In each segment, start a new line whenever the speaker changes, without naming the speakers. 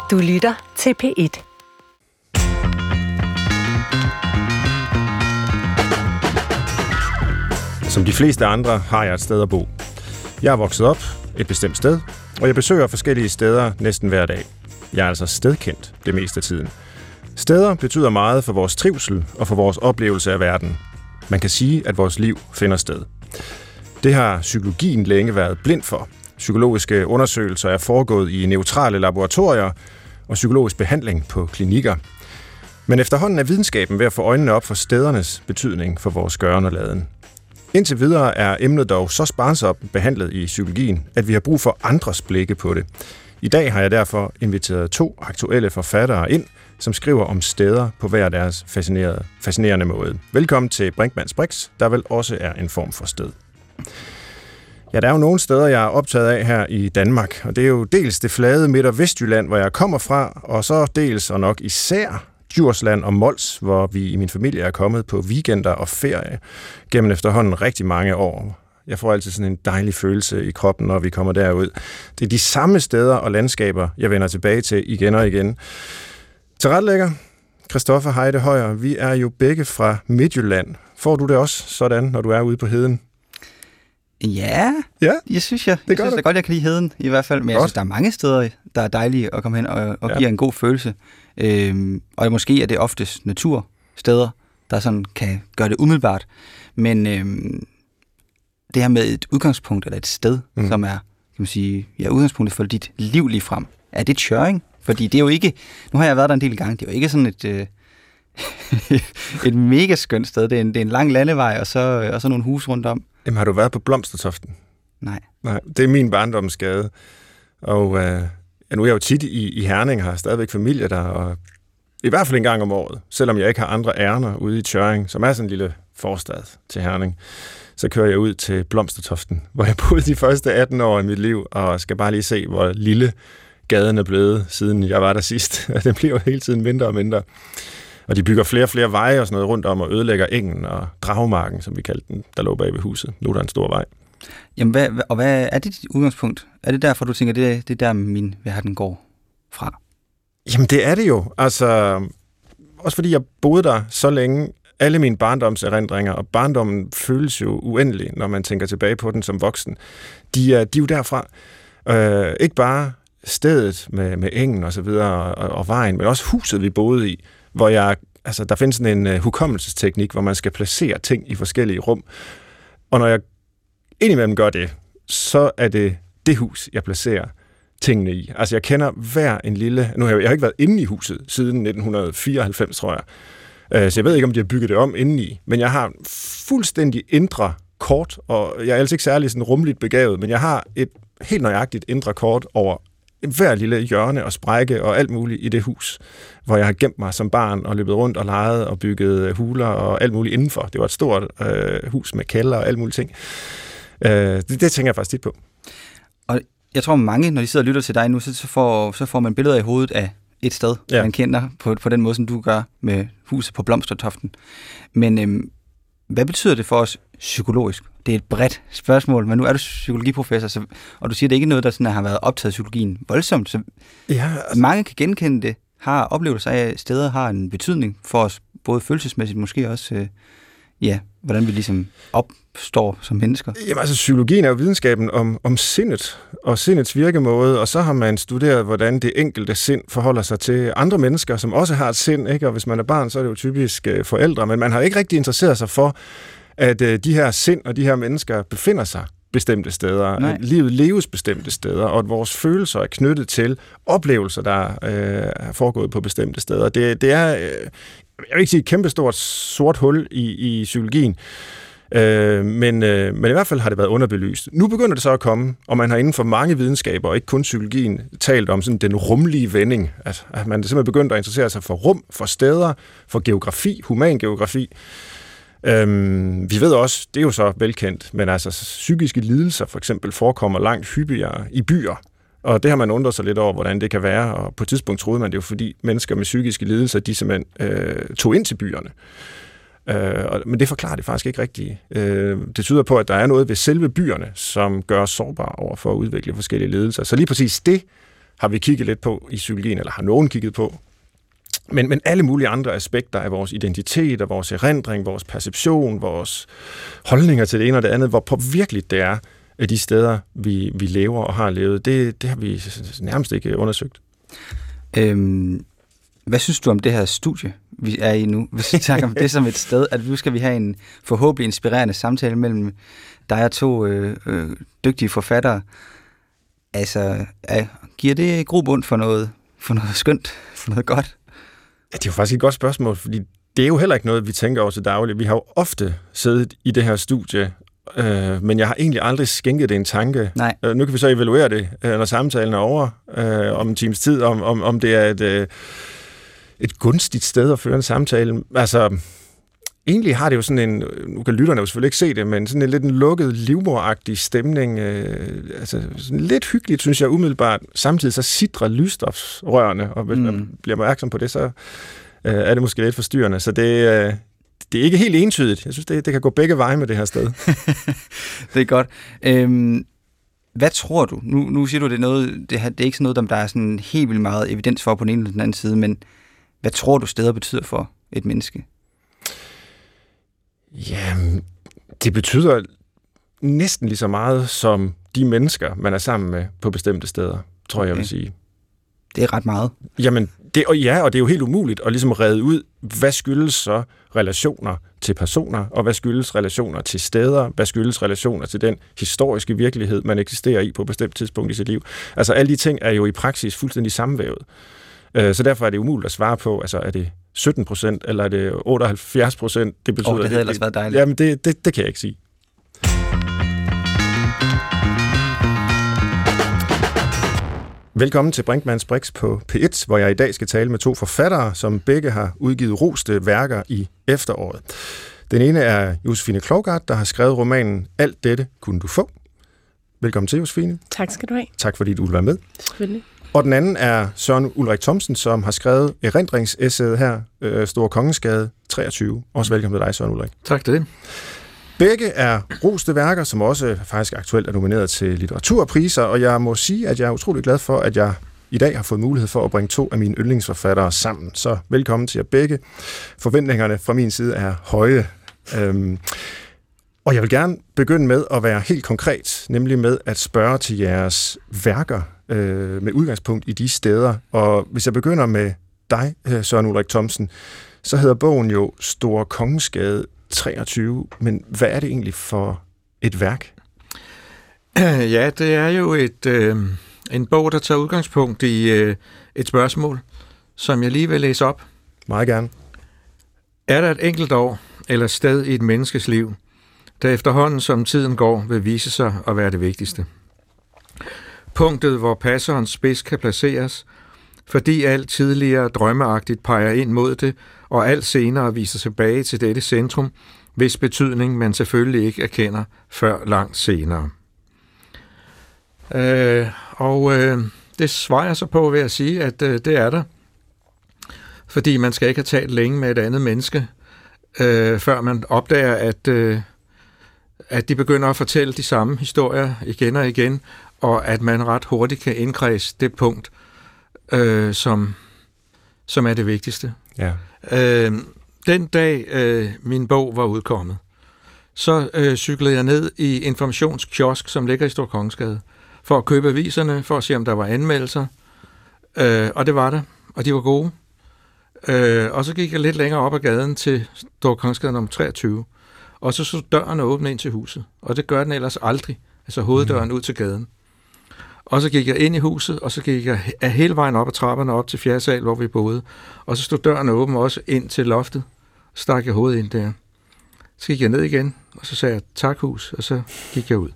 Du lytter til P1.
Som de fleste andre har jeg et sted at bo. Jeg er vokset op et bestemt sted, og jeg besøger forskellige steder næsten hver dag. Jeg er altså stedkendt det meste af tiden. Steder betyder meget for vores trivsel og for vores oplevelse af verden. Man kan sige, at vores liv finder sted. Det har psykologien længe været blind for. Psykologiske undersøgelser er foregået i neutrale laboratorier og psykologisk behandling på klinikker. Men efterhånden er videnskaben ved at få øjnene op for stedernes betydning for vores gøren og laden. Indtil videre er emnet dog så sparsomt behandlet i psykologien, at vi har brug for andres blikke på det. I dag har jeg derfor inviteret 2 aktuelle forfattere ind, som skriver om steder på hver deres fascinerende måde. Velkommen til Brinkmanns Brix, der vel også er en form for sted. Ja, der er jo nogle steder, jeg er optaget af her i Danmark, og det er jo dels det flade Midt- og Vestjylland, hvor jeg kommer fra, og så dels og nok især Djursland og Mols, hvor vi i min familie er kommet på weekender og ferie gennem efterhånden rigtig mange år. Jeg får altid sådan en dejlig følelse i kroppen, når vi kommer derud. Det er de samme steder og landskaber, jeg vender tilbage til igen og igen. Tilrettelægger Christoffer Heide Højer, vi er jo begge fra Midtjylland. Får du det også sådan, når du er ude på heden?
Ja, jeg synes jeg. Jeg synes godt, jeg kan lide heden i hvert fald. Men jeg synes, der er mange steder, der er dejlige at komme hen og giver en god følelse. Og måske er det oftest natursteder, der sådan kan gøre det umiddelbart. Men det her med et udgangspunkt eller et sted, som er, kan man sige, udgangspunktet for dit liv lige frem, er det Tjørring? Fordi det er jo ikke, nu har jeg været der en del gange, det er jo ikke sådan et mega skønt sted. Det er en lang landevej, og så nogle huse rundt om.
Jamen, har du været på Blomstertoften?
Nej.
Det er min barndomsgade. Og nu er jeg jo tit i Herning, har stadigvæk familie der, og i hvert fald en gang om året, selvom jeg ikke har andre ærner ude i Tjørring, som er sådan en lille forstad til Herning, så kører jeg ud til Blomstertoften, hvor jeg boede de første 18 år i mit liv, og skal bare lige se, hvor lille gaden er blevet, siden jeg var der sidst. Den bliver jo hele tiden mindre og mindre. Og de bygger flere og flere veje og sådan noget rundt om, og ødelægger engen og Dragmarken, som vi kaldte den, der lå bag ved huset. Nu er der en stor vej.
Jamen, hvad er det dit udgangspunkt? Er det derfor, du tænker, det er der min verden går fra?
Jamen, det er det jo. Altså, også fordi jeg boede der så længe. Alle mine barndomserindringer, og barndommen føles jo uendelig, når man tænker tilbage på den som voksen. De er jo derfra. Ikke bare stedet med engen og så videre, og vejen, men også huset, vi boede i, hvor der findes sådan en hukommelsesteknik, hvor man skal placere ting i forskellige rum. Og når jeg indimellem gør det, så er det hus, jeg placerer tingene i. Altså, jeg kender hver en lille... Nu har jeg ikke været inde i huset siden 1994, tror jeg. Så jeg ved ikke, om de har bygget det om indeni. Men jeg har fuldstændig indre kort, og jeg er altså ikke særlig sådan rumligt begavet, men jeg har et helt nøjagtigt indre kort over hver lille hjørne og sprække og alt muligt i det hus, hvor jeg har gemt mig som barn og løbet rundt og leget og bygget huler og alt muligt indenfor. Det var et stort hus med kælder og alt muligt ting. Det tænker jeg faktisk tit på. Og
jeg tror, mange, når de sidder og lytter til dig nu, så får man billeder i hovedet af et sted, man kender på den måde, som du gør med huset på Blomstertoften. Men hvad betyder det for os psykologisk? Det er et bredt spørgsmål, men nu er du psykologiprofessor, og du siger, at det ikke er noget, der sådan har været optaget psykologien voldsomt. Så mange kan genkende det, har oplevelser af, at steder har en betydning for os, både følelsesmæssigt, måske også, hvordan vi ligesom opstår som mennesker.
Jamen altså, psykologien er jo videnskaben om sindet og sindets virkemåde, og så har man studeret, hvordan det enkelte sind forholder sig til andre mennesker, som også har et sind, ikke? Og hvis man er barn, så er det jo typisk forældre, men man har ikke rigtig interesseret sig for, at de her sind og de her mennesker befinder sig bestemte steder, at livet leves bestemte steder, og at vores følelser er knyttet til oplevelser, der er foregået på bestemte steder. Det er, jeg vil ikke sige et kæmpestort sort hul i psykologien, men i hvert fald har det været underbelyst. Nu begynder det så at komme, og man har inden for mange videnskaber, og ikke kun psykologien, talt om sådan den rumlige vending, at man simpelthen begyndt at interessere sig for rum, for steder, for geografi, humangeografi. Vi ved også, det er jo så velkendt, men altså psykiske lidelser for eksempel forekommer langt hyppigere i byer, og det har man undret sig lidt over, hvordan det kan være, og på et tidspunkt troede man det jo, fordi mennesker med psykiske lidelser, de simpelthen tog ind til byerne. Men det forklarer det faktisk ikke rigtigt. Det tyder på, at der er noget ved selve byerne, som gør os sårbare over for at udvikle forskellige lidelser. Så lige præcis det har vi kigget lidt på i psykologien, eller har nogen kigget på. Men alle mulige andre aspekter af vores identitet, og vores erindring, vores perception, vores holdninger til det ene og det andet, hvor påvirkeligt det er af de steder, vi lever og har levet, det har vi nærmest ikke undersøgt.
Hvad synes du om det her studie, vi er i nu? Hvis vi tager om det som et sted, at nu skal vi have en forhåbentlig inspirerende samtale mellem dig og to dygtige forfattere. Altså, giver det grobund for noget skønt, for noget godt?
Ja, det er jo faktisk et godt spørgsmål, fordi det er jo heller ikke noget, vi tænker over til dagligt. Vi har jo ofte siddet i det her studie, men jeg har egentlig aldrig skænket det en tanke.
Nej.
Nu kan vi så evaluere det, når samtalen er over om en times tid, om det er et gunstigt sted at føre en samtale. Altså, egentlig har det jo sådan en, nu kan lytterne jo selvfølgelig ikke se det, men sådan en lidt en lukket, livmoragtig stemning. Altså, sådan lidt hyggeligt, synes jeg umiddelbart. Samtidig så sidrer lysstofsrørene, og hvis man bliver opmærksom på det, så er det måske lidt forstyrrende. Så det er ikke helt entydigt. Jeg synes, det kan gå begge veje med det her sted.
Det er godt. Hvad tror du? Nu siger du, det er noget, det er ikke sådan noget, der er sådan helt vildt meget evidens for på den ene eller den anden side, men hvad tror du, steder betyder for et menneske?
Jamen, det betyder næsten lige så meget som de mennesker, man er sammen med på bestemte steder, tror jeg vil sige.
Det er ret meget.
Jamen, og det er jo helt umuligt at ligesom rede ud, hvad skyldes så relationer til personer, og hvad skyldes relationer til steder, hvad skyldes relationer til den historiske virkelighed, man eksisterer i på et bestemt tidspunkt i sit liv. Altså, alle de ting er jo i praksis fuldstændig sammenvævet. Så derfor er det umuligt at svare på, altså er det 17%, eller er det 78%? Det betyder,
det havde ellers været dejligt.
Jamen, det kan jeg ikke sige. Velkommen til Brinkmanns Brix på P1, hvor jeg i dag skal tale med to forfattere, som begge har udgivet roste værker i efteråret. Den ene er Josefine Klougart, der har skrevet romanen Alt dette kunne du få. Velkommen til, Josefine.
Tak skal du have.
Tak fordi du vil være med.
Selvfølgelig.
Og den anden er Søren Ulrik Thomsen, som har skrevet erindringsessayet her, Store Kongensgade 23. Også velkommen til dig, Søren Ulrik.
Tak til det.
Begge er roste værker, som også faktisk aktuelt er nomineret til litteraturpriser, og jeg må sige, at jeg er utrolig glad for, at jeg i dag har fået mulighed for at bringe to af mine yndlingsforfattere sammen. Så velkommen til jer begge. Forventningerne fra min side er høje. Og jeg vil gerne begynde med at være helt konkret, nemlig med at spørge til jeres værker med udgangspunkt i de steder. Og hvis jeg begynder med dig, Søren Ulrik Thomsen, så hedder bogen jo Store Kongensgade 23, men hvad er det egentlig for et værk?
Ja, det er jo en bog, der tager udgangspunkt i et spørgsmål, som jeg lige vil læse op.
Meget gerne.
Er der et enkelt år eller sted i et menneskes liv, der efterhånden som tiden går, vil vise sig at være det vigtigste? Punktet, hvor passerens spids kan placeres, fordi alt tidligere drømmeagtigt peger ind mod det, og alt senere viser tilbage til dette centrum, hvis betydning man selvfølgelig ikke erkender før langt senere. Det svarer jeg så på ved at sige, at det er der. Fordi man skal ikke have talt længe med et andet menneske, før man opdager, at de begynder at fortælle de samme historier igen og igen, og at man ret hurtigt kan indkredse det punkt, som er det vigtigste.
Ja.
Den dag min bog var udkommet, så cyklede jeg ned i informationskiosk, som ligger i Store Kongensgade, for at købe aviserne, for at se, om der var anmeldelser. Og det var der, og de var gode. Og så gik jeg lidt længere op ad gaden til Store Kongensgade nummer 23, og så stod døren åbne ind til huset. Og det gør den ellers aldrig, altså hoveddøren ud til gaden. Og så gik jeg ind i huset, og så gik jeg hele vejen op ad trapperne op til 4. sal, hvor vi boede. Og så stod døren åben også ind til loftet. Så stak jeg hovedet ind der. Så gik jeg ned igen, og så sagde jeg tak hus, og så gik jeg ud.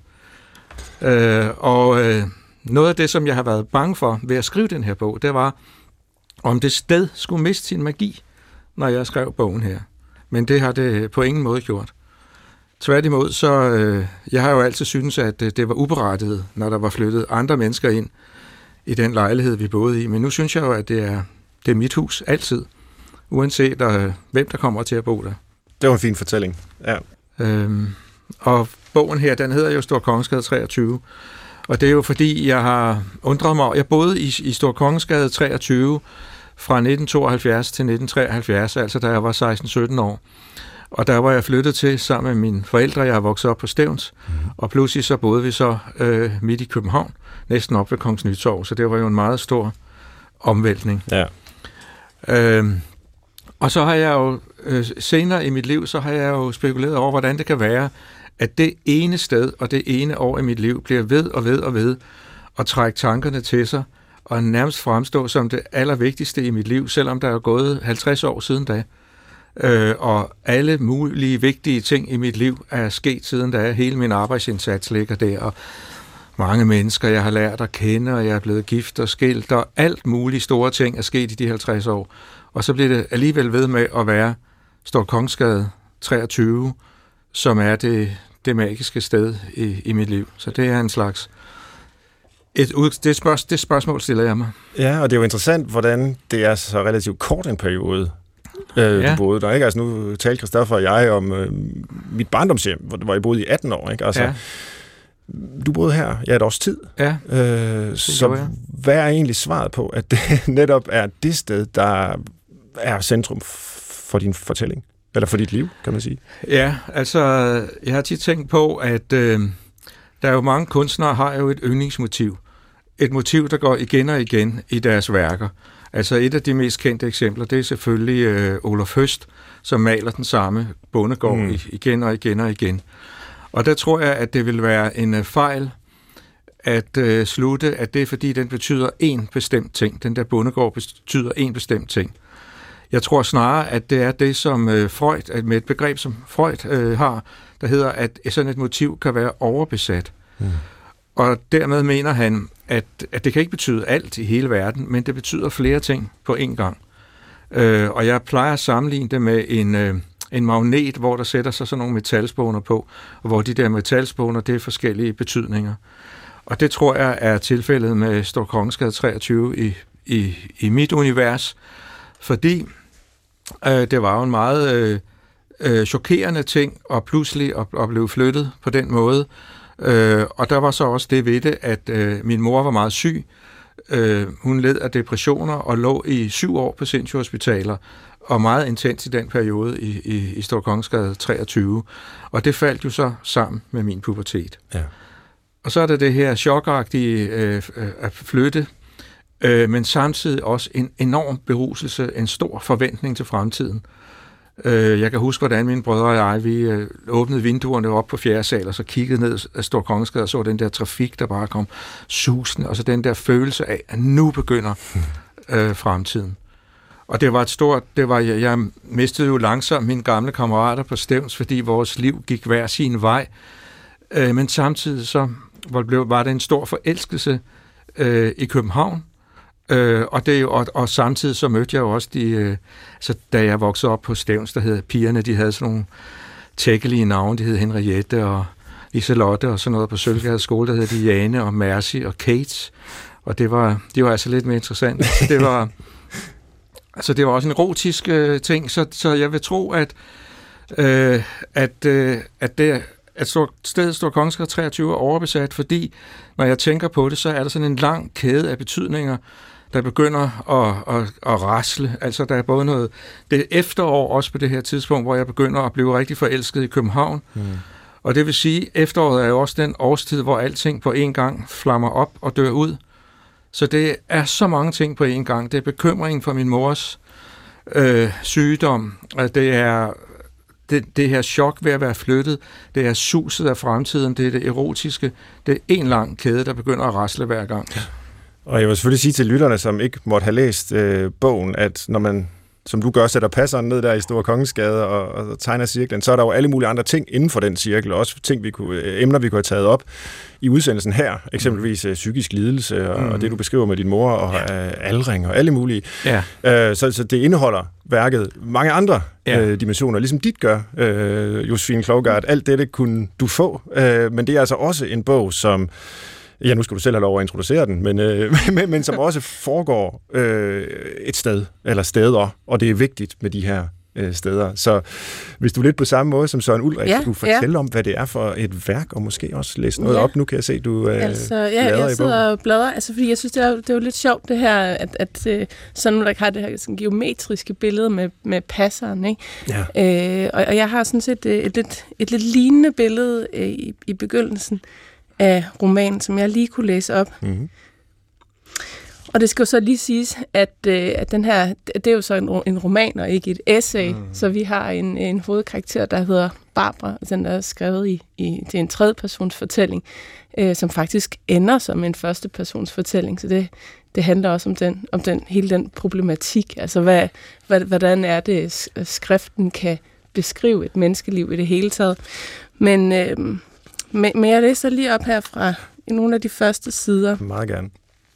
Noget af det, som jeg har været bange for ved at skrive den her bog, det var, om det sted skulle miste sin magi, når jeg skrev bogen her. Men det har det på ingen måde gjort. Tværtimod, så jeg har jo altid syntes, at det var uberettiget, når der var flyttet andre mennesker ind i den lejlighed, vi boede i. Men nu synes jeg jo, at det er mit hus altid, uanset hvem der kommer til at bo der.
Det var en fin fortælling, ja.
Og bogen her, den hedder jo Store Kongensgade 23, Og det er jo fordi, jeg har undret mig. Jeg boede i Storkongensgade 23 fra 1972 til 1973, altså da jeg var 16-17 år. Og der var jeg flyttet til sammen med mine forældre. Jeg har vokset op på Stevns, og pludselig så boede vi så midt i København, næsten op ved Kongens Nytorv, så det var jo en meget stor omvæltning.
Ja.
Og så har jeg jo senere i mit liv, så har jeg jo spekuleret over, hvordan det kan være, at det ene sted og det ene år i mit liv bliver ved og ved at trække tankerne til sig, og nærmest fremstå som det allervigtigste i mit liv, selvom der er gået 50 år siden da. Og alle mulige vigtige ting i mit liv er sket siden da. Hele min arbejdsindsats ligger der, og mange mennesker, jeg har lært at kende, og jeg er blevet gift og skilt, og alt mulige store ting er sket i de 50 år. Og så bliver det alligevel ved med at være Storkongensgade 23, som er det magiske sted i mit liv. Så det er en slags... Det spørgsmål stiller jeg mig.
Ja, og det er jo interessant, hvordan det er så relativt kort en periode, du boede der, ikke? Altså nu talte Christoffer og jeg om mit barndomshjem, hvor jeg boede i 18 år, ikke? Altså, du boede her et års tid.
Ja,
så hvad er egentlig svaret på, at det netop er det sted, der er centrum for din fortælling? Eller for dit liv, kan man sige?
Ja, altså, jeg har tit tænkt på, at der er jo mange kunstnere, har jo et yndlingsmotiv. Et motiv, der går igen og igen i deres værker. Altså et af de mest kendte eksempler, det er selvfølgelig Oluf Høst, som maler den samme bondegård igen og igen og igen. Og der tror jeg, at det vil være en fejl at slutte, at det er fordi, den betyder en bestemt ting. Den der bondegård betyder en bestemt ting. Jeg tror snarere, at det er det, som Freud, med et begreb, som Freud har, der hedder, at sådan et motiv kan være overbesat. Og dermed mener han, at det kan ikke betyde alt i hele verden, men det betyder flere ting på én gang. Og jeg plejer at sammenligne det med en magnet, hvor der sætter sig sådan nogle metalspåner på, og hvor de der metalspåner, det er forskellige betydninger. Og det tror jeg er tilfældet med Storkongensgade 23 i mit univers, fordi det var jo en meget chokerende ting, og pludselig at blive flyttet på den måde. Og der var så også det ved det, at min mor var meget syg. Hun led af depressioner og lå i 7 år på sindssygehospitaler, og meget intens i den periode i Storkongensgade 23. Og det faldt jo så sammen med min pubertet. Ja. Og så er det her chokagtige at flytte, men samtidig også en enorm beruselse, en stor forventning til fremtiden. Jeg kan huske, hvordan mine brødre og jeg, vi åbnede vinduerne op på 4. sal, og så kiggede ned af Storkongensgade og så den der trafik, der bare kom susende, og så den der følelse af, at nu begynder fremtiden. Og det var et stort, jeg mistede jo langsomt mine gamle kammerater på Stevns, fordi vores liv gik hver sin vej, men samtidig så var det en stor forelskelse i København. Og det er jo, og samtidig så mødte jeg jo også så da jeg voksede op på Stevns, der hed pigerne, de havde sådan nogle tækkelige navne, de hed Henriette og Liselotte og sådan noget. På Sølvgade skole, der hed de Jane og Mercy og Kate, og det var altså lidt mere interessant. Det var også en erotisk ting, så jeg vil tro, at stedet Storkongensgade 23 er overbesat, fordi når jeg tænker på det, så er der sådan en lang kæde af betydninger, der begynder at rasle. Altså der er både noget... Det er efterår også på det her tidspunkt, hvor jeg begynder at blive rigtig forelsket i København. Og det vil sige, efteråret er jo også den årstid, hvor alting på en gang flammer op og dør ud. Så det er så mange ting på en gang. Det er bekymringen for min mors sygdom. Det er det her chok ved at være flyttet. Det er suset af fremtiden. Det er det erotiske. Det er en lang kæde, der begynder at rasle hver gang.
Og jeg vil selvfølgelig sige til lytterne, som ikke måtte have læst bogen, at når man, som du gør, sætter passeren ned der i Storkongensgade og tegner cirklen, så er der jo alle mulige andre ting inden for den cirkel, og også ting, emner, vi kunne have taget op i udsendelsen her, eksempelvis psykisk lidelse, og det, du beskriver med din mor, og aldring, og alle mulige. Ja. Så det indeholder værket mange andre dimensioner, ligesom dit gør, Josefine Klougart. Alt dette kunne du få, men det er altså også en bog, som... Ja, nu skal du selv have lov at introducere den, men som også foregår et sted, eller steder, og det er vigtigt med de her steder. Så hvis du er lidt på samme måde som Søren Ulrik, kan du fortælle om, hvad det er for et værk, og måske også læse noget op. Nu kan jeg se, du bladrer
jeg sidder og bladrer, fordi jeg synes, det er jo lidt sjovt det her, at Søren Ulrik har det her sådan geometriske billede med passeren, ikke? Ja. Og jeg har sådan set et lidt lignende billede i begyndelsen af romanen, som jeg lige kunne læse op. Mm-hmm. Og det skal jo så lige siges, at den her, det er jo så en roman og ikke et essay, så vi har en hovedkarakter, der hedder Barbara, og den er skrevet det er en tredjepersons fortælling, som faktisk ender som en førstepersons fortælling, så det handler også om hele den problematik, altså hvordan er det, skriften kan beskrive et menneskeliv i det hele taget. Men jeg læser lige op her fra nogle af de første sider.
Meget gerne.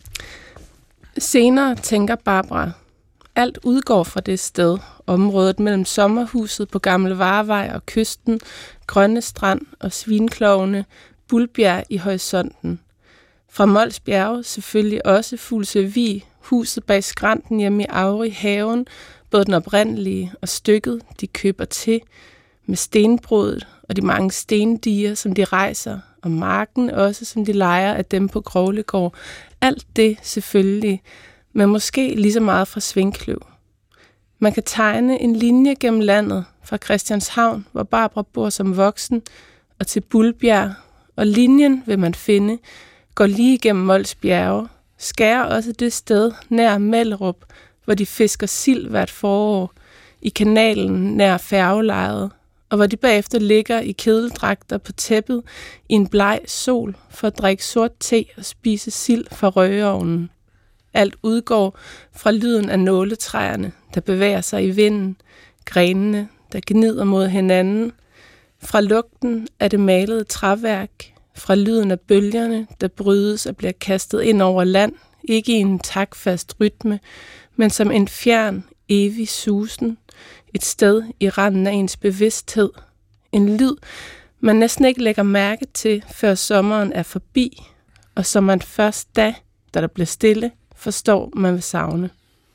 Senere tænker Barbara, alt udgår fra det sted, området mellem sommerhuset på Gamle Varevej og kysten, Grønne Strand og Svinklovene, Bulbjerg i horisonten. Fra Mols Bjerge selvfølgelig også Fuglsevig, huset bag skrænten hjemme i Auri haven, både den oprindelige og stykket, de køber til, med stenbruddet og de mange stendiger, som de rejser, og marken også, som de lejer af dem på Grovlegård. Alt det selvfølgelig, men måske lige så meget fra Svinkløv. Man kan tegne en linje gennem landet fra Christianshavn, hvor Barbara bor som voksen, og til Bulbjerg, og linjen vil man finde, går lige igennem Mols Bjerge, skærer også det sted nær Mellerup, hvor de fisker sild hvert forår, i kanalen nær færgelejet, og hvor de bagefter ligger i kedeldragter på tæppet i en bleg sol for at drikke sort te og spise sild fra røgeovnen. Alt udgår fra lyden af nåletræerne, der bevæger sig i vinden, grenene, der gnider mod hinanden, fra lugten af det malede træværk, fra lyden af bølgerne, der brydes og bliver kastet ind over land, ikke i en taktfast rytme, men som en fjern, evig susen, et sted i randen af ens bevidsthed. En lyd, man næsten ikke lægger mærke til, før sommeren er forbi, og som man først da der bliver stille, forstår, man vil savne.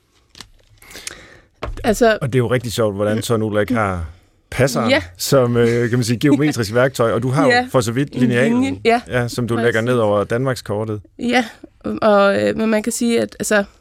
Altså,
og det er jo rigtig sjovt, hvordan Søren Ulrik har passeren som kan man sige, geometrisk værktøj, og du har jo for så vidt linealen, som du lægger ned over Danmarkskortet. Ja,
men man kan sige, at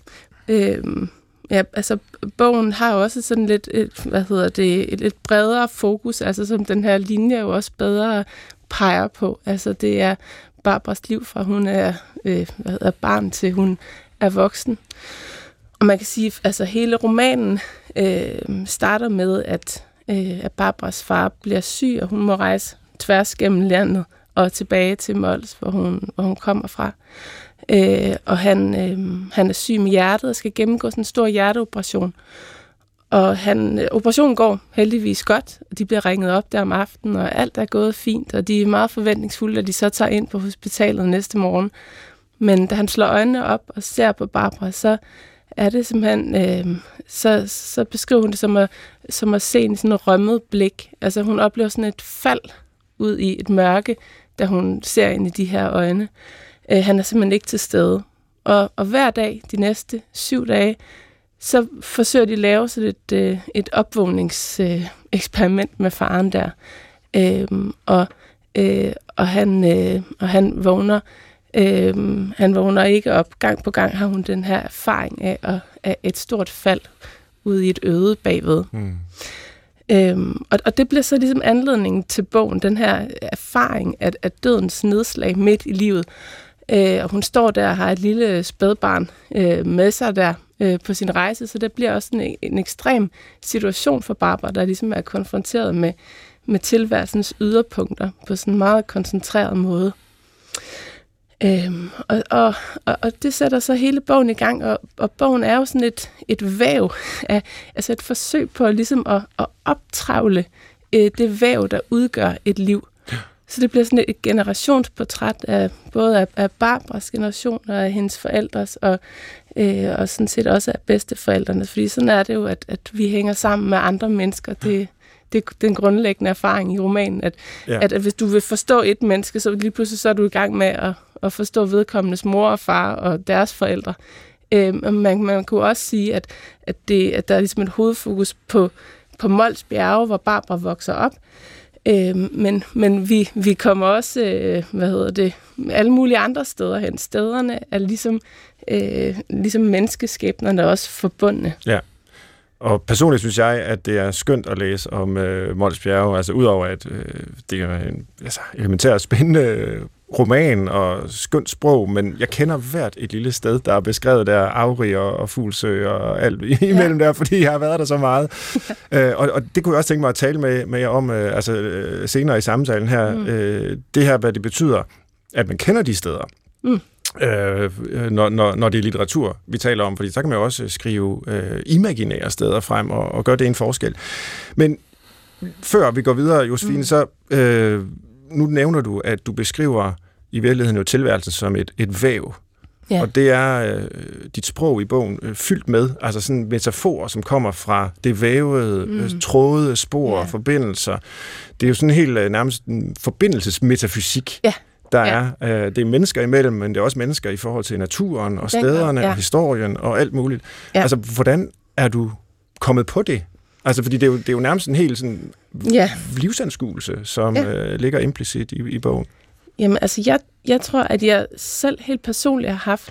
bogen har jo også sådan lidt et lidt bredere fokus, altså som den her linje jo også bedre peger på. Altså det er Barbaras liv fra hun er barn til hun er voksen. Og man kan sige, altså hele romanen starter med, at Barbaras far bliver syg, og hun må rejse tværs gennem landet og tilbage til Mols, hvor hun kommer fra. Og han er syg med hjertet og skal gennemgå sådan en stor hjerteoperation. Og operationen går heldigvis godt, og de bliver ringet op der om aftenen, og alt er gået fint, og de er meget forventningsfulde, at de så tager ind på hospitalet næste morgen. Men da han slår øjnene op og ser på Barbara, så er det simpelthen, så beskriver hun det som at se en sådan rømmet blik. Altså hun oplever sådan et fald ud i et mørke, da hun ser ind i de her øjne. Han er simpelthen ikke til stede. Og hver dag, de næste 7 dage, så forsøger de at lave sådan et opvågningseksperiment med faren der. Og han vågner. Han vågner ikke op. Gang på gang har hun den her erfaring af et stort fald ude i et øde bagved. Og det bliver så ligesom anledningen til bogen, den her erfaring af dødens nedslag midt i livet. Og hun står der og har et lille spædbarn med sig der på sin rejse, så det bliver også en ekstrem situation for Barbara, der ligesom er konfronteret med tilværelsens yderpunkter på sådan en meget koncentreret måde. Og det sætter så hele bogen i gang, og bogen er jo sådan et væv, altså et forsøg på ligesom at optravle det væv, der udgør et liv. Så det bliver sådan et generationsportræt af både af Barbaras generation og af hendes forældres, og sådan set også af bedsteforældrenes, fordi sådan er det jo, at vi hænger sammen med andre mennesker. Det er den grundlæggende erfaring i romanen, at hvis du vil forstå et menneske, så lige pludselig så er du i gang med at forstå vedkommendes mor og far og deres forældre. Man kunne også sige, at der er ligesom et hovedfokus på Mols Bjerge, hvor Barbara vokser op. Men vi kommer også, alle mulige andre steder hen. Stederne er ligesom menneskeskæbnerne også forbundne.
Ja. Og personligt synes jeg, at det er skønt at læse om Mols Bjerge, altså udover at det er en elementært spændende roman og skønt sprog, men jeg kender hvert et lille sted, der er beskrevet der, Agri og Fuglsø og alt imellem der, fordi jeg har været der så meget. Og det kunne jeg også tænke mig at tale med jer om senere i samtalen her. Det her, hvad det betyder, at man kender de steder. Når det er litteratur, vi taler om, fordi så kan man jo også skrive imaginære steder frem og gøre det en forskel. Men før vi går videre, Josefine, så nu nævner du, at du beskriver i virkeligheden jo tilværelsen som et væv. Ja. Og det er dit sprog i bogen fyldt med, altså sådan metaforer, som kommer fra det vævede, tråde, spor og forbindelser. Det er jo sådan helt nærmest en forbindelsesmetafysik. Ja. Der er, det er mennesker imellem, men det er også mennesker i forhold til naturen og stederne og historien og alt muligt. Ja. Altså, hvordan er du kommet på det? Altså, fordi det er jo nærmest en helt sådan livsanskuelse, som ligger implicit i bogen.
Jamen, altså, jeg tror, at jeg selv helt personligt har haft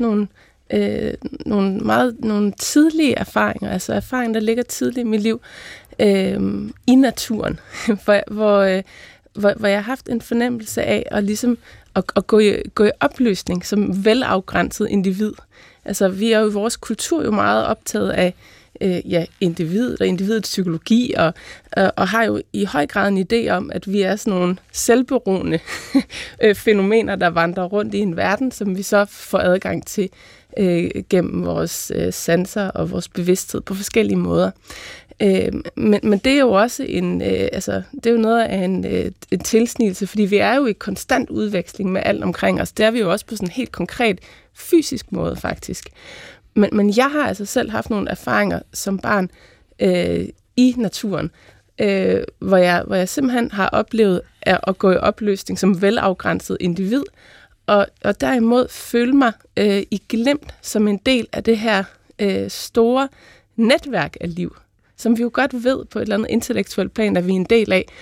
nogle tidlige erfaringer, altså erfaringer, der ligger tidligt i mit liv i naturen, hvor jeg har haft en fornemmelse af at ligesom at gå i opløsning som velafgrænset individ. Altså, vi er jo i vores kultur jo meget optaget af individet og individets psykologi, og har jo i høj grad en idé om, at vi er sådan nogle selvberoende fænomener, der vandrer rundt i en verden, som vi så får adgang til gennem vores sanser og vores bevidsthed på forskellige måder. Men det er jo også det er jo noget af en tilsnigelse, fordi vi er jo i konstant udveksling med alt omkring os. Det er vi jo også på sådan en helt konkret fysisk måde, faktisk. Men jeg har altså selv haft nogle erfaringer som barn i naturen, hvor jeg simpelthen har oplevet at gå i opløsning som velafgrænset individ, og derimod føle mig i glimt som en del af det her store netværk af liv, som vi jo godt ved på et eller andet intellektuelt plan, at vi er en del af,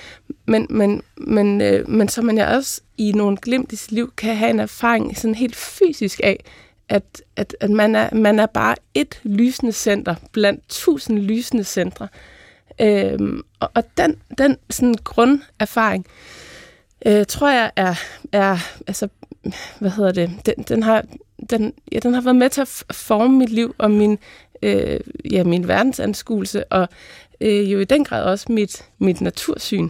men som man jo også i nogle glimt i sit liv kan have en erfaring sådan helt fysisk af, at man er bare et lysende center blandt 1000 lysende centre. Og den sådan grunderfaring, tror jeg er altså, den har været med til at forme mit liv og min verdensanskuelse, og jo i den grad også mit natursyn.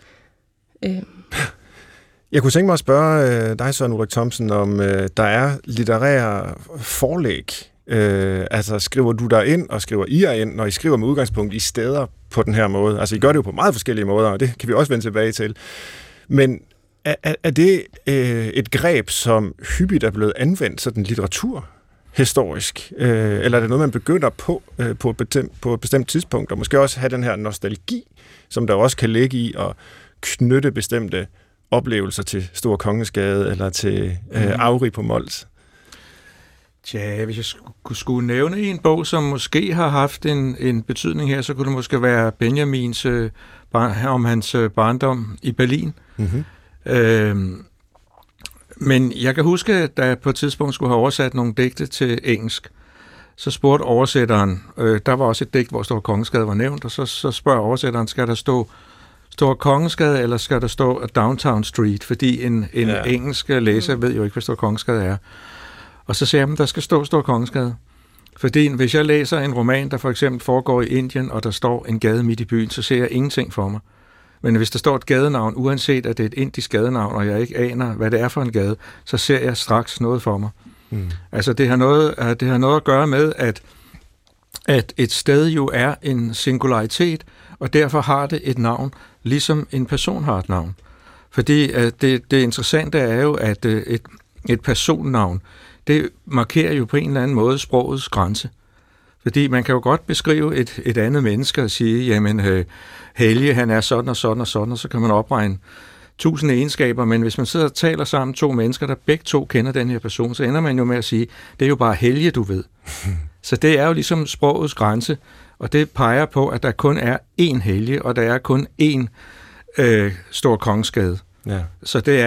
Jeg kunne tænke mig at spørge dig, Søren Ulrik Thomsen, om der er litterære forlæg. Altså, skriver du der ind, og skriver I jer ind, når I skriver med udgangspunkt i steder på den her måde? Altså, I gør det jo på meget forskellige måder, og det kan vi også vende tilbage til. Men er det et greb, som hyppigt er blevet anvendt sådan litteraturhistorisk? Eller er det noget, man begynder på et bestemt tidspunkt, og måske også have den her nostalgi, som der også kan ligge i at knytte bestemte oplevelser til Store Kongensgade eller til Agri på Mols?
Tja, hvis jeg skulle nævne en bog, som måske har haft en betydning her, så kunne det måske være Benjamins om hans barndom i Berlin. Mm-hmm. Men jeg kan huske, da jeg på et tidspunkt skulle have oversat nogle digte til engelsk, så spurgte oversætteren, der var også et digt, hvor Store Kongensgade var nævnt, og så spørger oversætteren, skal der stå Store Kongensgade, eller skal der stå Downtown Street? Fordi en engelsk læser ved jo ikke, hvad Store Kongensgade er. Og så siger jeg, der skal stå Store Kongensgade. Fordi hvis jeg læser en roman, der for eksempel foregår i Indien, og der står en gade midt i byen, så ser jeg ingenting for mig. Men hvis der står et gadenavn, uanset at det er et indisk gadenavn, og jeg ikke aner, hvad det er for en gade, så ser jeg straks noget for mig. Mm. Altså det har noget at gøre med, at et sted jo er en singularitet, og derfor har det et navn, ligesom en person har et navn. Fordi det interessante er jo, at et personnavn, det markerer jo på en eller anden måde sprogets grænse. Fordi man kan jo godt beskrive et andet menneske og sige, jamen Helge, han er sådan og sådan og sådan, og så kan man opregne 1000 egenskaber, men hvis man sidder og taler sammen to mennesker, der begge to kender den her person, så ender man jo med at sige, det er jo bare Helge, du ved. Så det er jo ligesom sprogets grænse, Og det peger på, at der kun er én helge, og der er kun én Store Kongensgade. Ja. Så det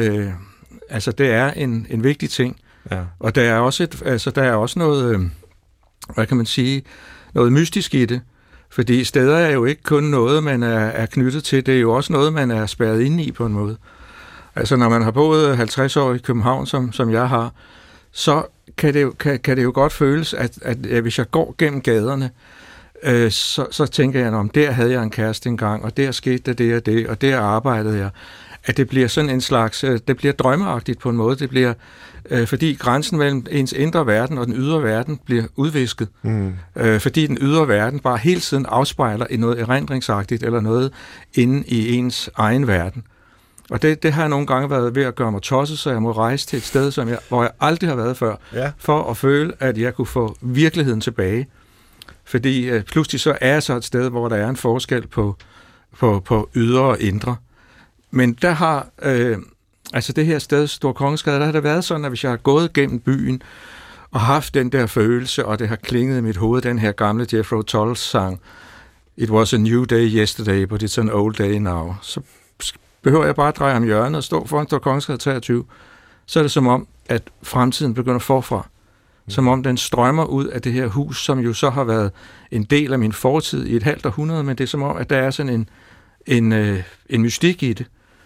er en vigtig ting. Ja. Og der er også noget, hvad kan man sige, noget mystisk i det. Fordi steder er jo ikke kun noget, man er knyttet til, det er jo også noget, man er spærret inde i på en måde. Altså når man har boet 50 år i København, som jeg har, så kan det jo godt føles, at hvis jeg går gennem gaderne, så tænker jeg, om der havde jeg en kæreste engang, og der skete det og det, og der arbejdede jeg. At det bliver sådan en slags, det bliver drømmeagtigt på en måde, det bliver, fordi grænsen mellem ens indre verden og den ydre verden bliver udvisket. Fordi den ydre verden bare hele tiden afspejler noget erindringsagtigt, eller noget inde i ens egen verden. Og det har jeg nogle gange været ved at gøre mig tosset, så jeg må rejse til et sted, hvor jeg aldrig har været før, for at føle, at jeg kunne få virkeligheden tilbage. Fordi pludselig så er jeg så et sted, hvor der er en forskel på ydre og indre. Men der har, det her sted, Store Kongensgade, der har det været sådan, at hvis jeg har gået gennem byen og haft den der følelse, og det har klinget i mit hoved, den her gamle Jethro Tull sang, It was a new day yesterday, but it's an old day now, så behøver jeg bare at dreje om hjørnet og stå foran Store Kongensgade 23, så er det som om, at fremtiden begynder forfra. Som om den strømmer ud af det her hus, som jo så har været en del af min fortid i et halvt århundrede, men det er som om, at der er sådan en mystik i det.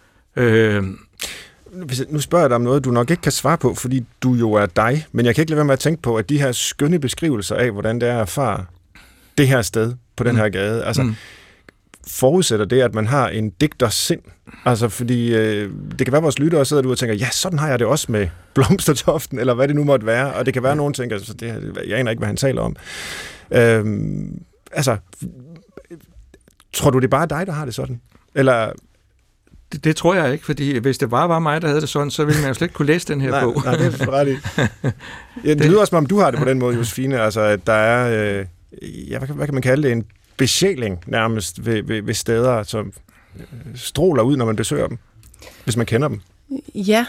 Nu spørger jeg dig om noget, du nok ikke kan svare på, fordi du jo er dig, men jeg kan ikke lade være med at tænke på, at de her skønne beskrivelser af, hvordan det er at erfare det her sted på den her gade, forudsætter det, at man har en digters sind. Altså, fordi det kan være, vores lyttere sidder ud og tænker, ja, sådan har jeg det også med Blomstertoften, eller hvad det nu måtte være, og det kan være, at nogen tænker, altså, jeg aner ikke, hvad han taler om. Tror du, det er bare dig, der har det sådan? Eller...
Det tror jeg ikke, fordi hvis det bare var mig, der havde det sådan, så ville man jo slet ikke kunne læse den her bog.
Nej, det er ret i. Ja, det lyder også, som om du har det på den måde, Josefine. Altså, at der er, hvad kan man kalde det, en besjæling nærmest ved steder, som stråler ud, når man besøger dem, hvis man kender dem.
Ja,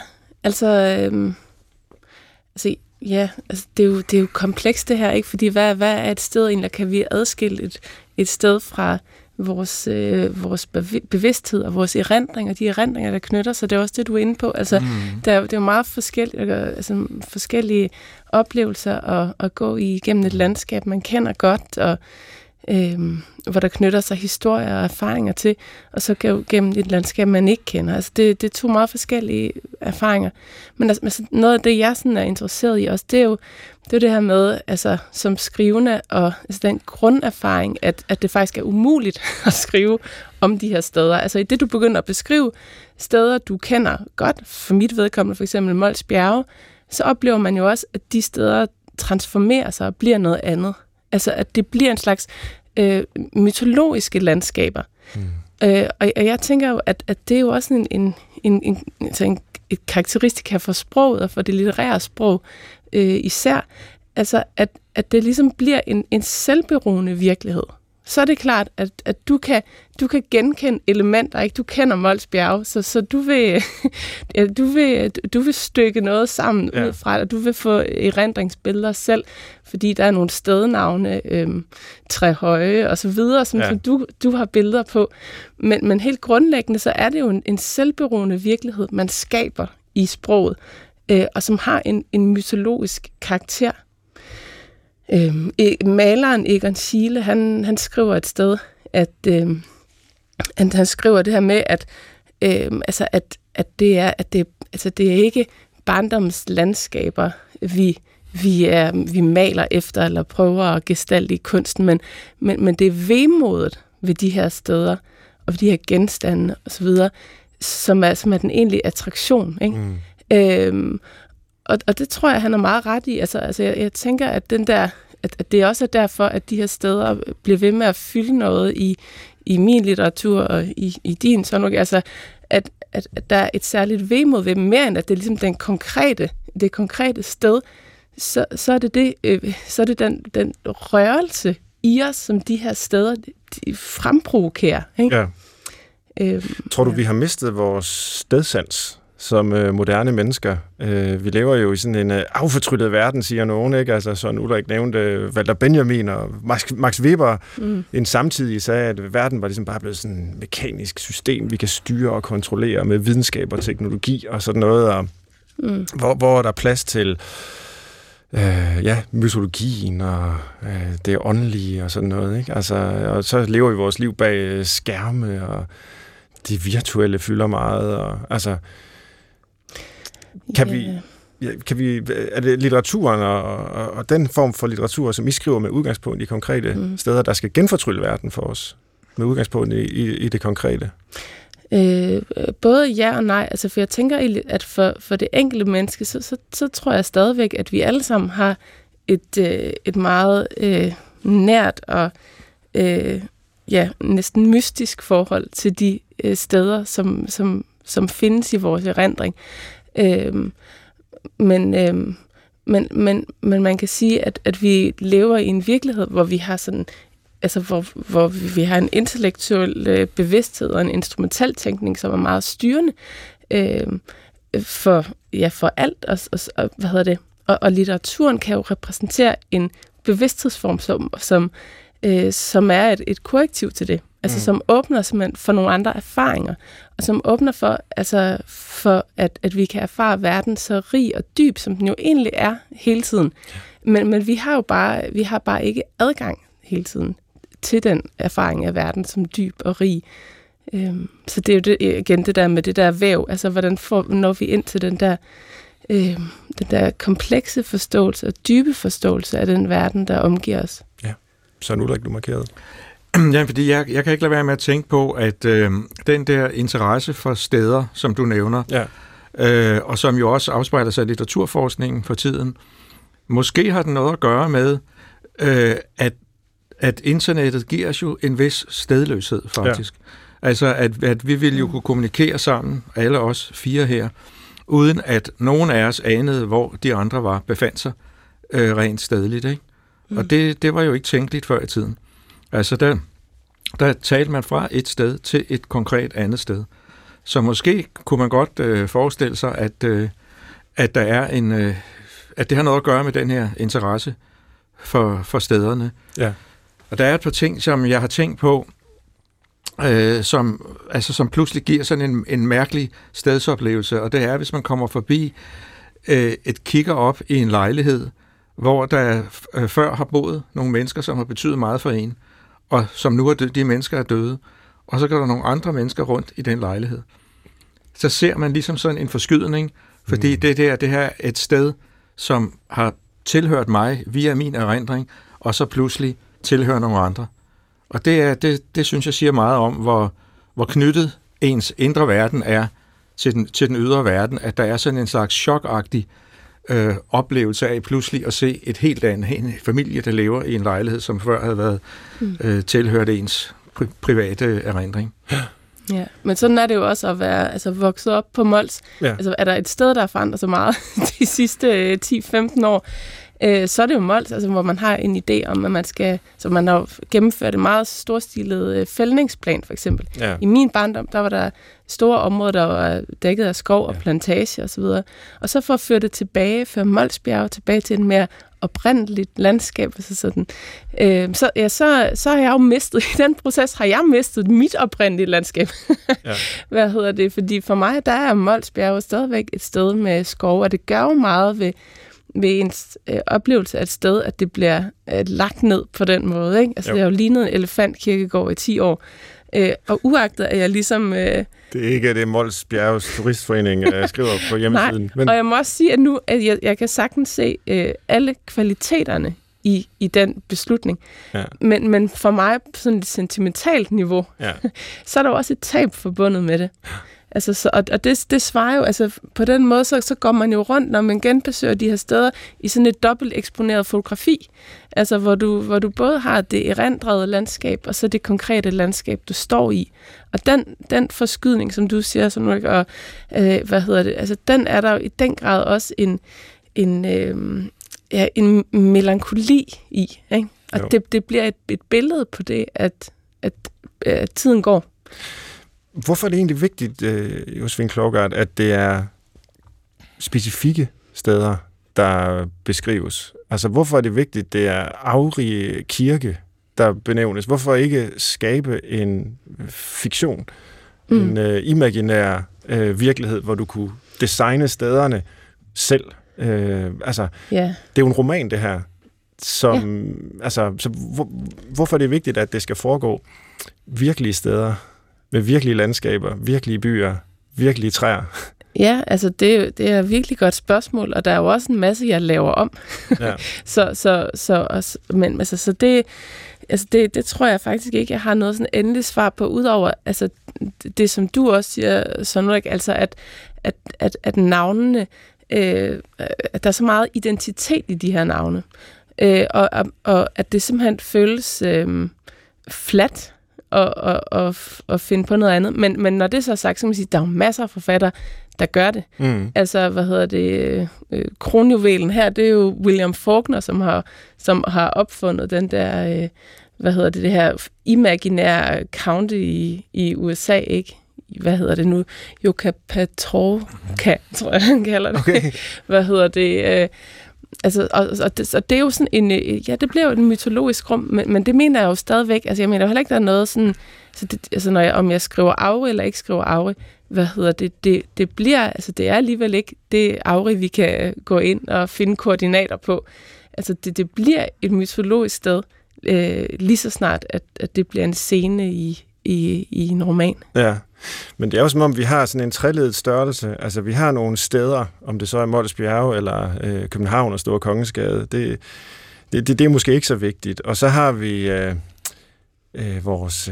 det er jo komplekst det her, ikke? Fordi hvad er et sted egentlig? Kan vi adskille et sted fra vores bevidsthed og vores erindringer, de erindringer, der knytter sig, det er også det, du er inde på. Altså, det er jo meget forskellige oplevelser at gå igennem et landskab, man kender godt, og hvor der knytter sig historier og erfaringer til, og så gennem et landskab, man ikke kender. Altså, det er to meget forskellige erfaringer. Men altså, noget af det, jeg sådan er interesseret i også, det er jo det her med, altså, som skrivende, og altså, den grunderfaring, at det faktisk er umuligt at skrive om de her steder. Altså, i det, du begynder at beskrive steder, du kender godt, for mit vedkommende, for eksempel Mols Bjerge, så oplever man jo også, at de steder transformerer sig og bliver noget andet. Altså, at det bliver en slags mytologiske landskaber. Og jeg tænker jo, at det er jo også et karakteristika for sproget og for det litterære sprog især. Altså, at det ligesom bliver en selvberoende virkelighed. Så er det klart, at du kan genkende elementer, ikke? Du kender Mols Bjerge, så du vil stykke noget sammen ud fra, og du vil få erindringsbilleder selv, fordi der er nogle stednavne, Trehøje og så videre, som du har billeder på. Men helt grundlæggende, så er det jo en selvberoende virkelighed, man skaber i sproget, og som har en mytologisk karakter. Maleren Egon Schiele, han skriver et sted, at han skriver det her med, at det er ikke barndommens landskaber, vi maler efter eller prøver at gestalte i kunsten, men det er vemodet ved de her steder og ved de her genstande og så videre, som er den egentlige attraktion, ikke? Og det tror jeg, han er meget ret i. Altså jeg tænker, at at det også er derfor, at de her steder bliver ved med at fylde noget i min litteratur og i din sådan. Altså, at der er et særligt vemod ved dem, mere end at det er ligesom det konkrete sted, så er det den rørelse i os, som de her steder de fremprovokerer. Ikke?
Ja. Tror du, vi har mistet vores stedsans som moderne mennesker. Vi lever jo i sådan en affortryllet verden, siger nogen, ikke? Altså sådan Ulrik nævnte Walter Benjamin og Max Weber en samtidig sagde, at verden var ligesom bare blevet sådan et mekanisk system, vi kan styre og kontrollere med videnskab og teknologi og sådan noget, og hvor der er plads til mytologien og det åndelige og sådan noget, ikke? Altså, og så lever vi vores liv bag skærme, og de virtuelle fylder meget, og altså kan vi er det litteraturen og den form for litteratur, som I skriver med udgangspunkt i konkrete steder, der skal genfortrylle verden for os med udgangspunkt i det konkrete?
Både ja og nej. Altså, for jeg tænker, at for det enkelte menneske, så tror jeg stadigvæk, at vi alle sammen har et meget nært og næsten mystisk forhold til de steder, som findes i vores erindring. Men man kan sige, at vi lever i en virkelighed, hvor vi har sådan, altså hvor vi har en intellektuel bevidsthed og en instrumental tænkning, som er meget styrende for alt. Og litteraturen kan jo repræsentere en bevidsthedsform, som er et korrektiv til det. Altså som åbner simpelthen for nogle andre erfaringer, og som åbner for at vi kan erfare verden så rig og dyb, som den jo egentlig er hele tiden. Men vi har bare ikke adgang hele tiden til den erfaring af verden som dyb og rig. Så det er jo igen det der med det der væv, altså hvordan når vi ind til den der komplekse forståelse og dybe forståelse af den verden, der omgiver os.
Ja, så nu du markeret.
Ja, fordi jeg kan ikke lade være med at tænke på, at den der interesse for steder, som du nævner, og som jo også afspejler sig i litteraturforskningen for tiden, måske har den noget at gøre med, at internettet giver os jo en vis stedløshed, faktisk. Ja. Altså, at vi vil jo kunne kommunikere sammen, alle os 4 her, uden at nogen af os anede, hvor de andre befandt sig rent stedligt, ikke? Og det var jo ikke tænkeligt før i tiden. Altså, der talte man fra et sted til et konkret andet sted. Så måske kunne man godt forestille sig, at der er at det har noget at gøre med den her interesse for stederne. Ja. Og der er et par ting, som jeg har tænkt på, som pludselig giver sådan en mærkelig stedsoplevelse, og det er, hvis man kommer forbi kigger op i en lejlighed, hvor der før har boet nogle mennesker, som har betydet meget for en, og som nu de mennesker er døde, og så går der nogle andre mennesker rundt i den lejlighed. Så ser man ligesom sådan en forskydning, fordi det her er et sted, som har tilhørt mig via min erindring, og så pludselig tilhører nogle andre. Og det synes jeg siger meget om, hvor knyttet ens indre verden er til den ydre verden, at der er sådan en slags chokagtig oplevelse af pludselig at se et helt andet en familie, der lever i en lejlighed, som før havde været tilhørt ens private erindring.
Ja, men sådan er det jo også at være vokset op på Mols. Ja. Altså, er der et sted, der forandrer sig meget de sidste 10-15 år, så er det jo Mols, altså, hvor man har en idé om, at man skal, så man har gennemført en meget storstilet fældningsplan, for eksempel. Ja. I min barndom, der var der store områder, der var dækket af skov og plantage og så videre. Og så for at føre det tilbage, føre Molsbjerg tilbage til en mere oprindeligt landskab, altså sådan. Så har jeg jo mistet, i den proces har jeg mistet mit oprindelige landskab. Ja. Fordi for mig, der er Molsbjerg stadigvæk et sted med skov, og det gør jo meget ved ens oplevelse af et sted, at det bliver lagt ned på den måde, ikke? Altså, det har jo lignet en elefantkirkegård i 10 år. Og uagtet, at jeg ligesom... det
er ikke det Mols Bjerges Turistforening skriver på hjemmesiden.
Nej, men... og jeg må også sige, at nu at jeg kan sagtens se alle kvaliteterne i den beslutning. Ja. Men for mig, på sådan et sentimentalt niveau, så er der også et tab forbundet med det. Altså, og det svarer jo, altså på den måde, så går man jo rundt, når man genbesøger de her steder, i sådan et dobbelt eksponeret fotografi. Altså, hvor du både har det erindrede landskab, og så det konkrete landskab, du står i. Og den forskydning, som du siger, som nu, og altså, den er der jo i den grad også en melankoli i, ikke? Og det bliver et billede på det, at tiden går.
hvorfor er det egentlig vigtigt, Josefine Klougart, at det er specifikke steder, der beskrives? Altså, hvorfor er det vigtigt, det er Auri Kirke, der benævnes? Hvorfor ikke skabe en fiktion, en imaginær virkelighed, hvor du kunne designe stederne selv? Det er jo en roman, det her. Hvorfor er det vigtigt, at det skal foregå virkelige steder, med virkelige landskaber, virkelige byer, virkelige træer?
Ja, altså det er et virkelig godt spørgsmål, og der er jo også en masse, jeg laver om. Ja. Det tror jeg faktisk ikke, jeg har noget sådan endeligt svar på, udover altså det, som du også siger, Sonrik, altså at navnene, at der er så meget identitet i de her navne, og at det simpelthen føles fladt og finde på noget andet. Men når det så er sagt, så kan man sige, at der er masser af forfattere, der gør det. Altså, kronjuvelen her, det er jo William Faulkner, som har opfundet den der, det her imaginære county i USA, ikke? Hvad hedder det nu? Yucatán, tror jeg, han kalder det. Okay. Og det er jo sådan en, det bliver jo en mytologisk rum, men det mener jeg jo stadigvæk, altså jeg mener jo heller ikke, der er noget sådan, om jeg skriver Auri eller ikke skriver Auri, det bliver, altså det er alligevel ikke det Auri, vi kan gå ind og finde koordinater på. Altså det bliver et mytologisk sted, lige så snart, at det bliver en scene i en roman. Ja,
men det er jo som om, vi har sådan en treledet størrelse. Altså, vi har nogle steder, om det så er Mols Bjerge eller København og Store Kongensgade. Det er måske ikke så vigtigt. Og så har vi vores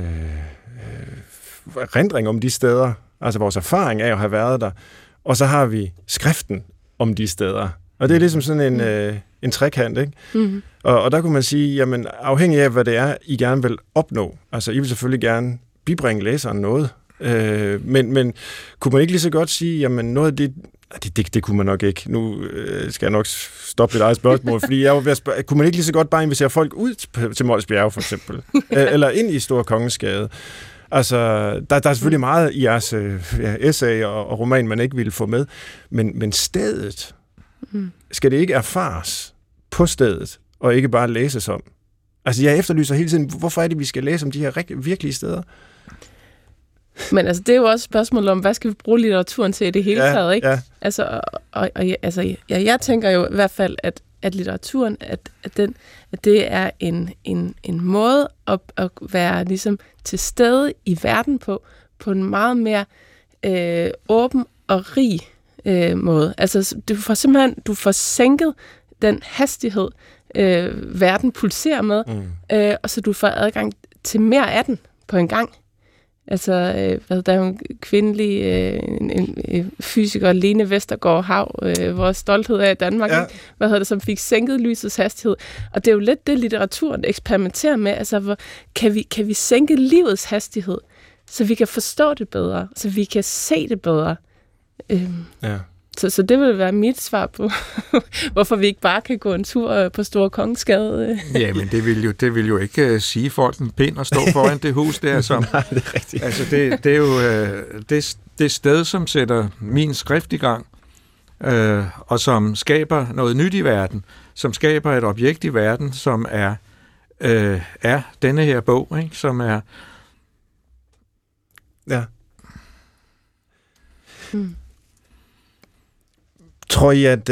erindring om de steder, altså vores erfaring af at have været der. Og så har vi skriften om de steder. Og det er ligesom sådan en trekant, ikke? Mm-hmm. Og der kunne man sige, jamen afhængig af, hvad det er, I gerne vil opnå. Altså, I vil selvfølgelig gerne bibringe læseren noget. Men kunne man ikke lige så godt sige, jamen noget af det kunne man nok ikke. Nu skal jeg nok stoppe et eget spørgsmål, fordi jeg var ved at spørge, kunne man ikke lige så godt bare invitere folk ud til Mols Bjerge, for eksempel? Eller ind i Store Kongensgade? Altså, der er selvfølgelig meget i jeres essay og roman, man ikke ville få med, men stedet, skal det ikke erfares på stedet, og ikke bare læses om? Altså, jeg efterlyser hele tiden, hvorfor er det, vi skal læse om de her virkelige steder?
Men altså, det er jo også et spørgsmål om, hvad skal vi bruge litteraturen til i det hele taget, ikke? Ja. Altså, jeg tænker jo i hvert fald, at litteraturen, at det er en måde at være ligesom til stede i verden på en meget mere åben og rig måde. Altså, du får sænket den hastighed, verden pulserer med, og så du får adgang til mere af den på en gang. Altså, der er jo en kvindelig en fysiker, Lene Vestergaard Hav, vores stolthed af i Danmark, som fik sænket lysets hastighed. Og det er jo lidt det, litteraturen eksperimenterer med. Altså, kan vi sænke livets hastighed, så vi kan forstå det bedre, så vi kan se det bedre? Så det vil være mit svar på, hvorfor vi ikke bare kan gå en tur på Store Kongensgade.
Ja, men det vil jo ikke sige folk en pind at stå foran det hus der. Som,
nej, det er rigtigt.
Altså, det er jo det sted, som sætter min skrift i gang, og som skaber noget nyt i verden, som skaber et objekt i verden, som er denne her bog, ikke? Som er...
Ja. Tror I, at...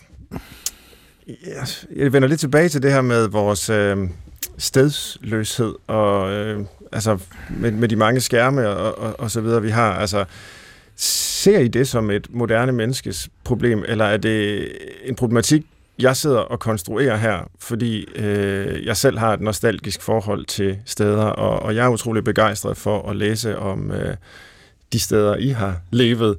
jeg vender lidt tilbage til det her med vores stedsløshed, og med de mange skærme og så videre, vi har. Altså, ser I det som et moderne menneskes problem, eller er det en problematik, jeg sidder og konstruerer her, fordi jeg selv har et nostalgisk forhold til steder, og jeg er utrolig begejstret for at læse om de steder, I har levet.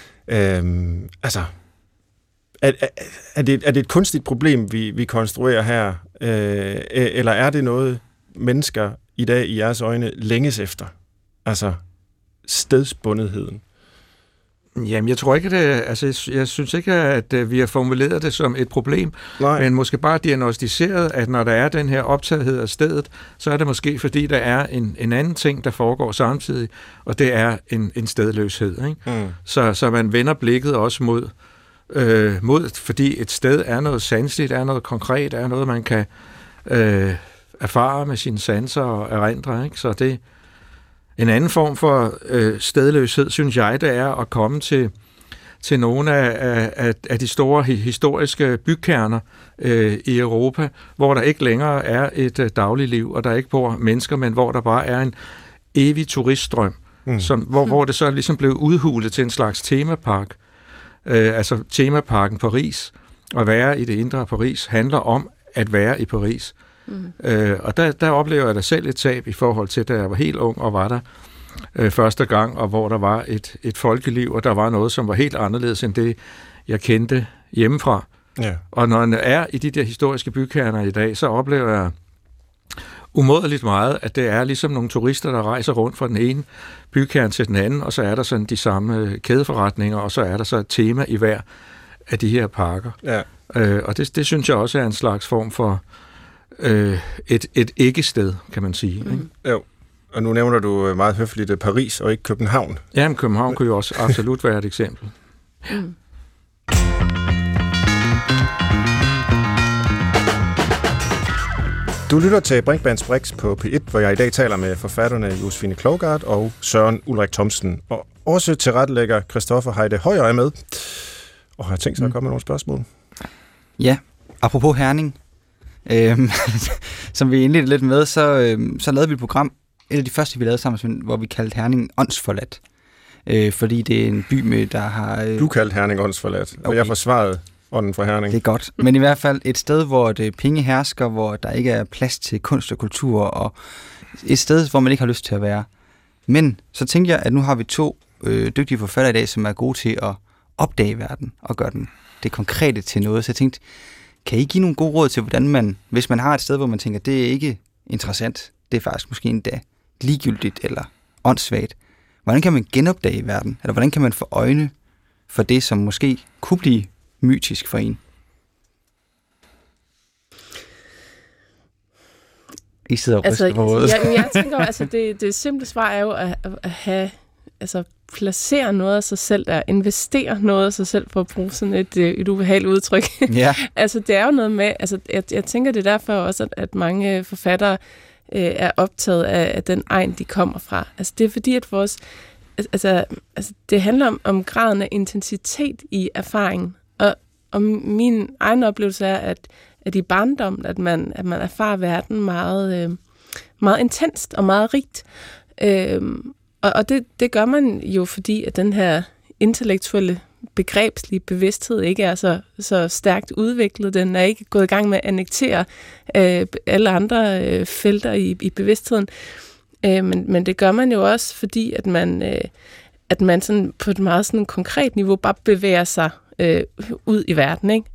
Er det et kunstigt problem, vi konstruerer her, eller er det noget, mennesker i dag i jeres øjne længes efter? Altså stedsbundetheden.
Jamen, jeg tror ikke, jeg synes ikke, at vi har formuleret det som et problem, men måske bare diagnostiseret, at når der er den her optagethed af stedet, så er det måske, fordi der er en anden ting, der foregår samtidig, og det er en stedløshed. Ikke? Så man vender blikket også mod, fordi et sted er noget sanseligt, er noget konkret, er noget, man kan erfare med sine sanser og erindre. Ikke? Så det en anden form for stedløshed, synes jeg, det er at komme til nogle af de store historiske bykerner i Europa, hvor der ikke længere er et dagligliv, og der ikke bor mennesker, men hvor der bare er en evig turiststrøm, hvor det så ligesom blev udhulet til en slags temapark. Altså temaparken Paris, at være i det indre Paris, handler om at være i Paris. Og der oplever jeg da selv et tab i forhold til, da jeg var helt ung og var der første gang, og hvor der var et folkeliv, og der var noget, som var helt anderledes end det, jeg kendte hjemmefra. Ja. Og når jeg er i de der historiske bykerner i dag, så oplever jeg umådeligt meget, at det er ligesom nogle turister, der rejser rundt fra den ene bykerne til den anden, og så er der sådan de samme kædeforretninger, og så er der så et tema i hver af de her parker. Ja. Og det synes jeg også er en slags form for et ikke-sted, kan man sige. Ikke?
Jo, og nu nævner du meget høfligt Paris og ikke København.
Ja, men København kunne jo også absolut være et eksempel.
Du lytter til Brinkmanns Brix på P1, hvor jeg i dag taler med forfatterne Josefine Klougart og Søren Ulrik Thomsen. Og også tilrettelægger Christoffer Heide Højer er med. Og har tænkt sig at komme med nogle spørgsmål?
Ja, apropos Herning, som vi indledte lidt med, så lavede vi et program, et af de første, vi lavede sammen, hvor vi kaldte Herning åndsforladt. Fordi det er en by med, der har...
Du kaldte Herning åndsforladt, og jeg forsvarede ånden fra Herning.
Det er godt, men i hvert fald et sted, hvor det penge hersker, hvor der ikke er plads til kunst og kultur, og et sted, hvor man ikke har lyst til at være. Men så tænkte jeg, at nu har vi to dygtige forfattere i dag, som er gode til at opdage verden og gøre det konkrete til noget. Så jeg tænkte, kan I give nogle gode råd til, hvordan man, hvis man har et sted, hvor man tænker, det er ikke interessant, det er faktisk måske endda ligegyldigt eller åndssvagt, hvordan kan man genopdage verden? Eller hvordan kan man få øjne for det, som måske kunne blive mytisk for en? I sidder og ryster på hovedet.
Jeg tænker jo, det simple svar er jo at have, placere noget af sig selv, der investere noget af sig selv, for at bruge sådan et ubehageligt udtryk. Ja. Det er jo noget med, jeg tænker, det er derfor også, at mange forfattere er optaget af den egen, de kommer fra. Det er fordi, at vores, det handler om graden af intensitet i erfaringen. Og min egen oplevelse er, at i barndommen, at man erfarer verden meget, meget intenst og meget rigt. Og det gør man jo, fordi at den her intellektuelle begrebslige bevidsthed ikke er så stærkt udviklet. Den er ikke gået i gang med at annektere alle andre felter i bevidstheden. Men det gør man jo også, fordi at man sådan på et meget sådan konkret niveau bare bevæger sig ud i verden, ikke?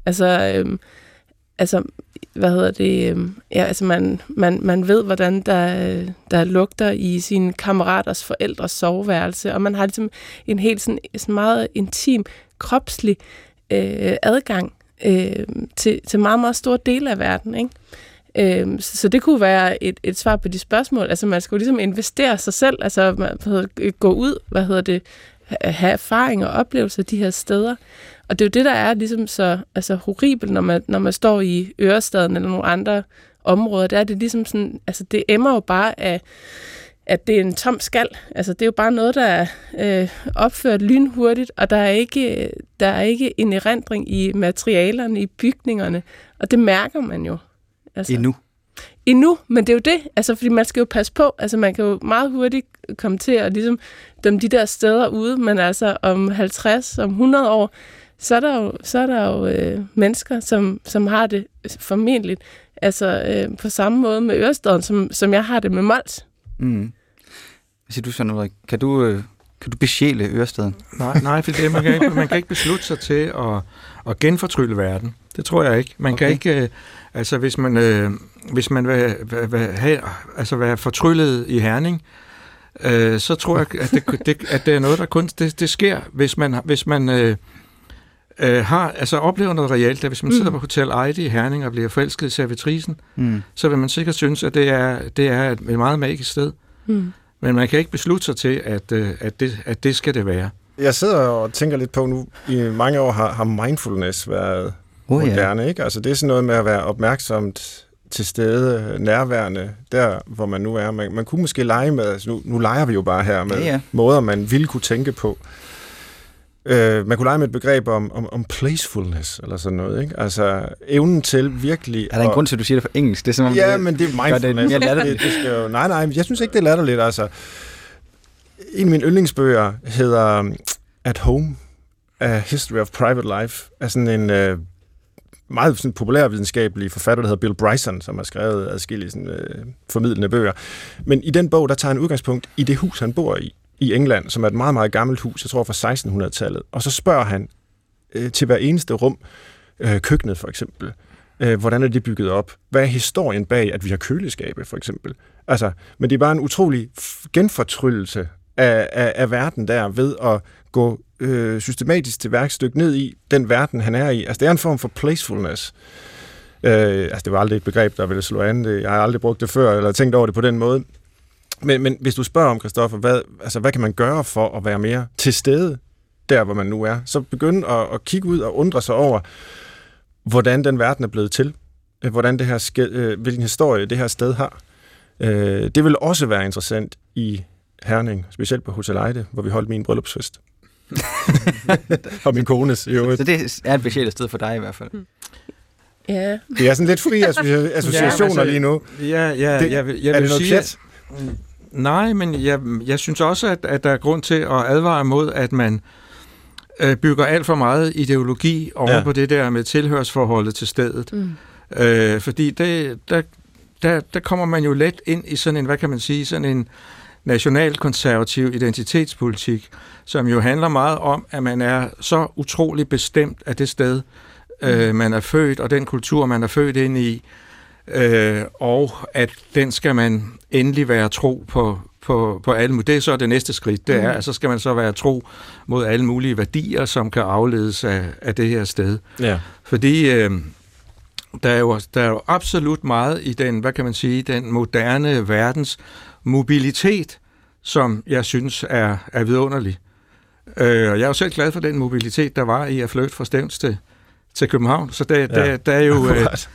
Man ved, hvordan der lugter i sine kammeraters forældres soveværelse, og man har ligesom en helt sådan meget intim, kropslig adgang til meget, meget store dele af verden, ikke? Så det kunne være et svar på de spørgsmål. Man skulle ligesom investere sig selv, gå ud, have erfaring og oplevelser af de her steder. Og det er jo det, der er ligesom så horribelt, når man står i Ørestaden eller nogle andre områder. Det er det ligesom sådan, det emmer jo bare af, at det er en tom skal. Det er jo bare noget, der er opført lynhurtigt, og der er ikke en erindring i materialerne, i bygningerne. Og det mærker man jo. Endnu, men det er jo det, fordi man skal jo passe på, man kan jo meget hurtigt komme til at ligesom dømme de der steder ude, men om 50, om 100 år, så er der jo mennesker, som har det formentlig, på samme måde med Ørestaden, som jeg har det med Mols.
Mm. Hvad siger du så, Ulrik? Kan du besjæle Ørestaden?
Nej, for man kan ikke beslutte sig til at genfortrylle verden. Det tror jeg ikke. Man kan ikke, hvis man vil være fortryllet i Herning, så tror jeg, at det er noget, der kun det sker, hvis man oplever noget reelt. Hvis man sidder på Hotel Eide i Herning og bliver forelsket i servitrisen, så vil man sikkert synes, at det er et meget magisk sted. Men man kan ikke beslutte sig til, at det skal det være.
Jeg sidder og tænker lidt på nu, i mange år har mindfulness været moderne, ikke? Altså det er sådan noget med at være opmærksomt til stede, nærværende, der hvor man nu er. Man kunne måske lege med, altså nu leger vi jo bare her med måder, man ville kunne tænke på. Man kunne lege med et begreb om placefulness, eller sådan noget, ikke? Altså evnen til virkelig...
Er der en grund til, at du siger det på engelsk? Det er, som om
men det er mindfulness. Det skal jo, nej, jeg synes ikke, det er latterligt, altså. En af mine yndlingsbøger hedder At Home, A History of Private Life, er sådan en meget sådan populærvidenskabelig forfatter, der hedder Bill Bryson, som har skrevet adskillige formidlende bøger. Men i den bog, der tager han udgangspunkt i det hus, han bor i England, som er et meget, meget gammelt hus, jeg tror fra 1600-tallet. Og så spørger han til hver eneste rum, køkkenet for eksempel, hvordan er det bygget op? Hvad er historien bag, at vi har køleskabe for eksempel? Altså, men det er bare en utrolig genfortryllelse af verden der, ved at gå systematisk til værkstykke ned i den verden, han er i. Altså, det er en form for placefulness. Det var aldrig et begreb, der ville slå an. Jeg har aldrig brugt det før, eller tænkt over det på den måde. Men hvis du spørger om, Christoffer, hvad kan man gøre for at være mere til stede der, hvor man nu er, så begynd at kigge ud og undre sig over, hvordan den verden er blevet til. Hvordan det her hvilken historie det her sted har. Det vil også være interessant i Herning, specielt på Hotel Eide, hvor vi holdt min bryllupsfest. Og min kones, jo.
Så det er et specielt sted for dig i hvert fald.
Ja.
Det er sådan lidt fri associationer lige nu.
Jeg vil sige, nej, men jeg synes også, at der er grund til at advare mod, at man bygger alt for meget ideologi over på det der med tilhørsforholdet til stedet. Fordi der kommer man jo let ind i sådan en, hvad kan man sige, sådan en nationalkonservativ identitetspolitik, som jo handler meget om, at man er så utrolig bestemt af det sted, man er født, og den kultur, man er født ind i, og at den skal man endelig være tro på alle mulige. Det er så det næste skridt, det er, at så skal man så være tro mod alle mulige værdier, som kan afledes af det her sted. Ja. Fordi der er jo absolut meget i den, hvad kan man sige, den moderne verdens mobilitet, som jeg synes er vidunderlig. Og jeg er jo selv glad for den mobilitet, der var i at flytte fra Stevns til København. Så der er jo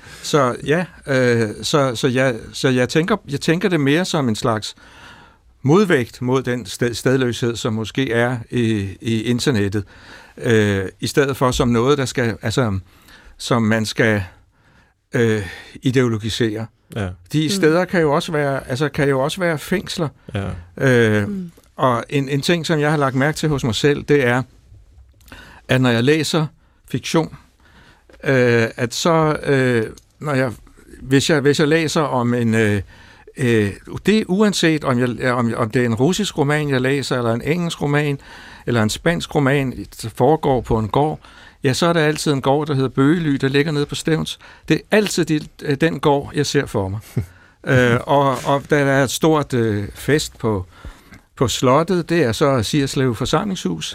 så jeg tænker det mere som en slags modvægt mod den stedløshed, som måske er i internettet, i stedet for som noget, der skal, altså, som man skal ideologisere. Ja. De steder kan jo også være fængsler. Ja. Og en ting, som jeg har lagt mærke til hos mig selv, det er, at når jeg læser fiktion, at så hvis jeg læser om en det er uanset om det er en russisk roman, jeg læser, eller en engelsk roman, eller en spansk roman, der foregår på en gård, ja, så er der altid en gård, der hedder Bøgely, der ligger nede på Stevns. Det er altid den gård, jeg ser for mig. Og der er et stort fest på slottet, det er så Sierslev forsamlingshus.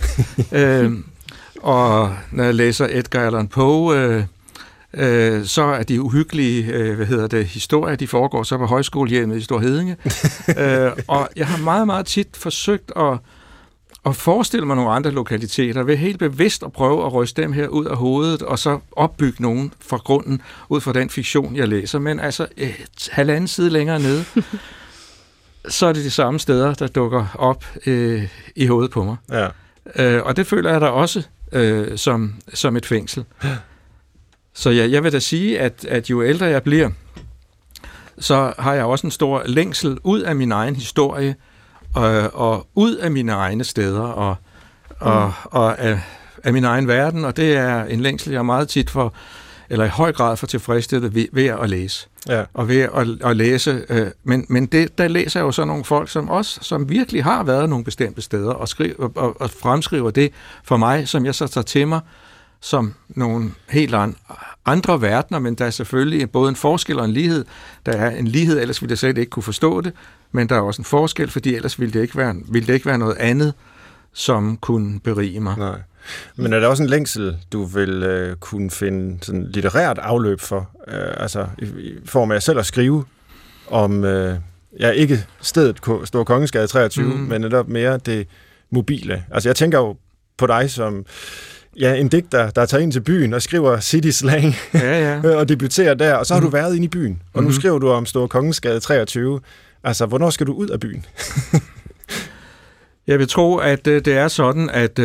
Og når jeg læser Edgar Allan Poe, så er de uhyggelige, historier, de foregår så på højskolehjemmet i Store Heddinge. Og jeg har meget, meget tit forsøgt at forestille mig nogle andre lokaliteter, ved helt bevidst at prøve at ryste dem her ud af hovedet, og så opbygge nogen fra grunden, ud fra den fiktion, jeg læser. Men altså, halvanden side længere nede, så er det de samme steder, der dukker op i hovedet på mig. Ja. Og det føler jeg da også som et fængsel. Så jeg vil da sige, at jo ældre jeg bliver, så har jeg også en stor længsel ud af min egen historie, og ud af mine egne steder, og af min egen verden, og det er en længsel, jeg meget tit i høj grad får tilfredsstillet ved at læse. Ja. Og ved at læse, men der læser jeg jo så nogle folk, som virkelig har været nogle bestemte steder, og fremskriver det for mig, som jeg så tager til mig, som nogle helt andre verdener, men der er selvfølgelig både en forskel og en lighed. Der er en lighed, ellers ville jeg slet ikke kunne forstå det, men der er også en forskel, fordi ellers ville det ikke være noget andet, som kunne berige mig.
Nej. Men er der også en længsel, du vil kunne finde sådan litterært afløb for? Altså i form af selv at skrive om, ikke stedet Store Kongensgade 23, men netop mere det mobile. Altså jeg tænker jo på dig som en digter, der tager ind til byen og skriver city slang og debuterer der, og så har du været inde i byen, og nu skriver du om Store Kongensgade 23. Altså, hvornår skal du ud af byen?
Jeg vil tro, at det er sådan, at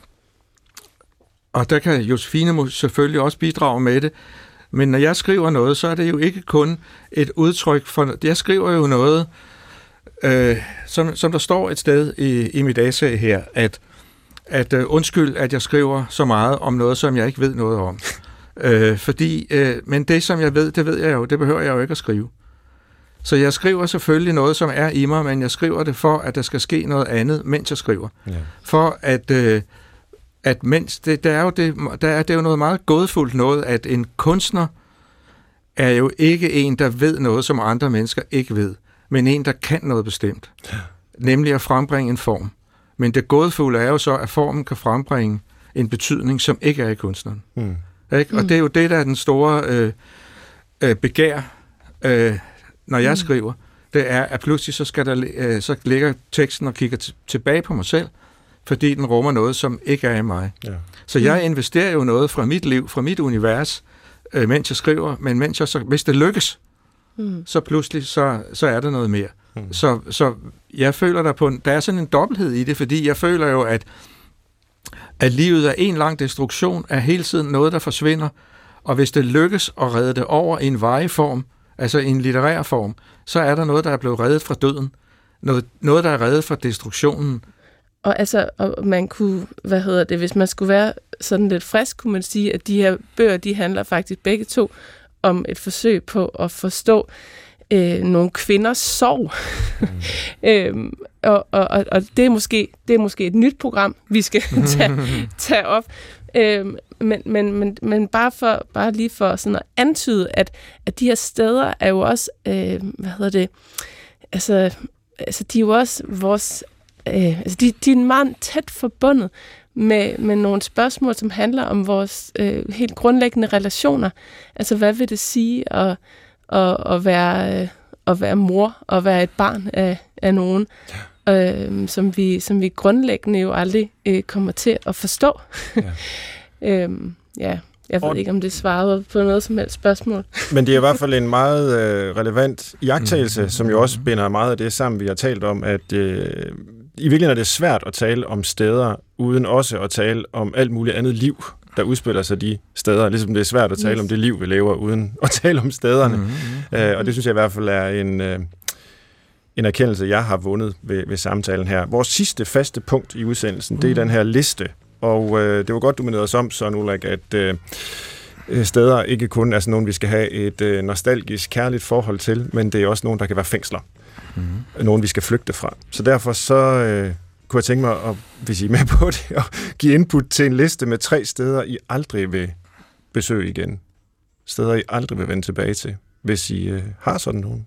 og der kan Josefine selvfølgelig også bidrage med det, men når jeg skriver noget, så er det jo ikke kun et udtryk for... Jeg skriver jo noget, som der står et sted i mit essay her, at undskyld, at jeg skriver så meget om noget, som jeg ikke ved noget om. Men det, som jeg ved, det ved jeg jo, det behøver jeg jo ikke at skrive. Så jeg skriver selvfølgelig noget, som er i mig, men jeg skriver det for, at der skal ske noget andet, mens jeg skriver. Ja. For at mens det er jo noget meget gådefuldt noget, at en kunstner er jo ikke en, der ved noget, som andre mennesker ikke ved, men en, der kan noget bestemt. Ja. Nemlig at frembringe en form. Men det gådefulde er jo så, at formen kan frembringe en betydning, som ikke er i kunstneren. Ikke? Og det er jo det, der er den store begær, når jeg skriver. Det er, at pludselig så ligger teksten og kigger tilbage på mig selv, fordi den rummer noget, som ikke er i mig. Ja. Så jeg investerer jo noget fra mit liv, fra mit univers, mens jeg skriver, men hvis det lykkes, så pludselig så er der noget mere. Så jeg føler der er sådan en dobbelthed i det, fordi jeg føler jo, at livet er en lang destruktion, er hele tiden noget, der forsvinder, og hvis det lykkes at redde det over i en varig-form, altså i en litterær form, så er der noget, der er blevet reddet fra døden. Noget der er reddet fra destruktionen.
Og man kunne, hvis man skulle være sådan lidt frisk, kunne man sige, at de her bøger, de handler faktisk begge to om et forsøg på at forstå nogle kvinders sorg. Og det er måske et nyt program, vi skal tage op. Men bare lige for sådan at antyde, at de her steder er jo også, altså de er jo også vores, de er meget tæt forbundet med nogle spørgsmål, som handler om vores helt grundlæggende relationer. Altså, hvad vil det sige at være mor og være et barn af nogen, som vi grundlæggende jo aldrig kommer til at forstå. Jeg ved ikke, om det svarede på noget som helst spørgsmål.
Men det er i hvert fald en meget relevant iagttagelse, som jo også binder meget af det sammen, vi har talt om, at i virkeligheden er det svært at tale om steder, uden også at tale om alt muligt andet liv, der udspiller sig de steder. Ligesom det er svært at tale om det liv, vi lever, uden at tale om stederne. Og det synes jeg i hvert fald er en erkendelse, jeg har vundet ved samtalen her. Vores sidste faste punkt i udsendelsen, det er den her liste. Og det var godt, du mindede os om, Søren Ulrik, at steder ikke kun er sådan nogle, vi skal have et nostalgisk, kærligt forhold til, men det er også nogle, der kan være fængsler. Nogen, vi skal flygte fra. Så derfor så kunne jeg tænke mig, hvis I er med på det, at give input til en liste med 3 steder, I aldrig vil besøge igen. Steder, I aldrig vil vende tilbage til, hvis I har sådan nogen.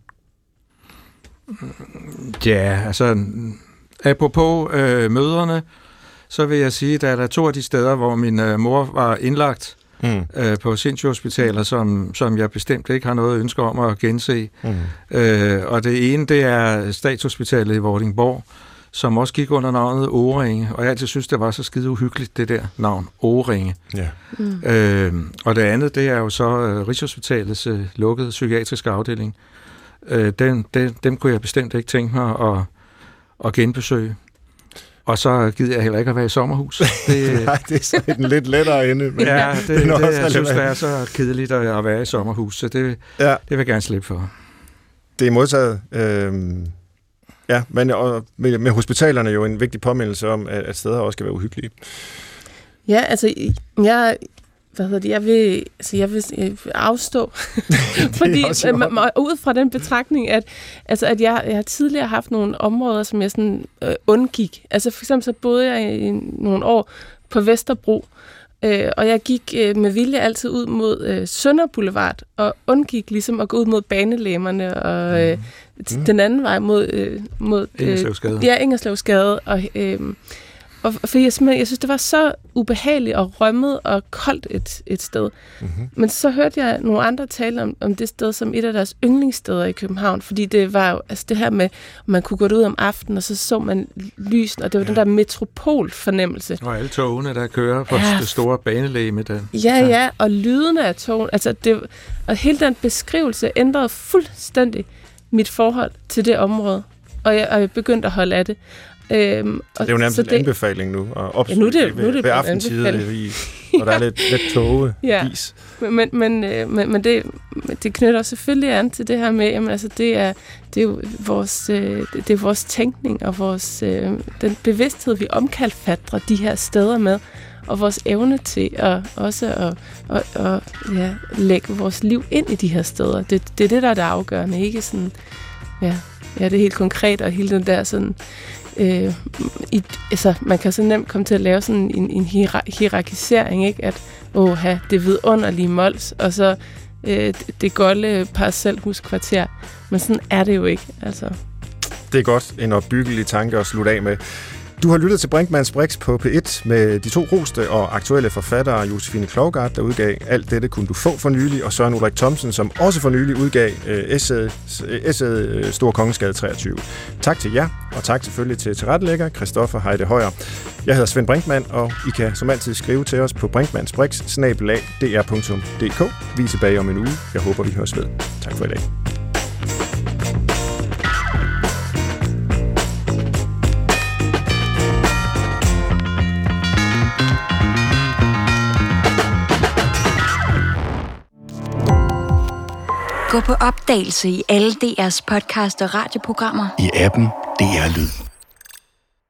Ja, altså apropos mødrene, så vil jeg sige, at der er 2 af de steder, hvor min mor var indlagt på sindssygehospitaler, som jeg bestemt ikke har noget ønske om at gense. Og det ene, det er Statshospitalet i Vordingborg, som også gik under navnet Åringe, og jeg altid synes, det var så skide uhyggeligt, det der navn, Åringe. Ja. Og det andet, det er jo så Rigshospitalets lukkede psykiatriske afdeling. Dem kunne jeg bestemt ikke tænke mig at genbesøge. Og så gider jeg heller ikke at være i sommerhus.
Nej, det er så en lidt lettere ende. Men
det jeg synes, det er så kedeligt at være i sommerhus, så det vil jeg gerne slippe for.
Det er modtaget. Men med hospitalerne er jo en vigtig påmindelse om, at steder også skal være uhyggelige.
Ja, altså, jeg vil afstå. Fordi ud fra den betragtning, at jeg har tidligere haft nogle områder, som jeg sådan undgik. Altså for eksempel så boede jeg i nogle år på Vesterbro, Og jeg gik med vilje altid ud mod Sønder Boulevard, og undgik ligesom at gå ud mod banelæmerne, og den anden vej mod
Ingerslevsgade.
Ingerslevsgade. Og fordi jeg synes, det var så ubehageligt og rømmet og koldt et sted. Mm-hmm. Men så hørte jeg nogle andre tale om det sted som et af deres yndlingssteder i København, fordi det var jo altså det her med, at man kunne gå ud om aftenen, og så man lysen, og det var den der metropolfornemmelse.
Og alle togene, der kører på det store banelæge der.
Ja, og lydene af togen, altså og hele den beskrivelse ændrede fuldstændig mit forhold til det område, og jeg begyndte at holde af det.
Det er jo nærmest en anbefaling nu at opsøge ved aftentider, når der er lidt togevis.
Men det knytter selvfølgelig an til det her med, jamen, altså, det er jo vores tænkning og vores den bevidsthed, vi omkalfatrer de her steder med, og vores evne til at lægge vores liv ind i de her steder. Det er det, der er det afgørende, ikke sådan, det er helt konkret, og hele den der sådan, altså, man kan så nemt komme til at lave sådan en hierarkisering, ikke? At det vidunderlige Mols, og så det golde parcelhuskvarter. Men sådan er det jo ikke. Altså.
Det er godt en opbyggelig tanke at slutte af med. Du har lyttet til Brinkmanns Brix på P1 med de 2 roste og aktuelle forfattere, Josefine Klougart, der udgav Alt dette kunne du få for nylig, og Søren Ulrik Thomsen, som også for nylig udgav essayet Store Kongensgade 23. Tak til jer, og tak selvfølgelig til tilrettelægger Christoffer Heide Højer. Jeg hedder Svend Brinkmann, og I kan som altid skrive til os på brinkmannsbrix@dr.dk. Vi er tilbage om en uge. Jeg håber, vi høres ved. Tak for i dag.
Gå på opdagelse i alle DR's podcast og radioprogrammer.
I appen DR Lyd.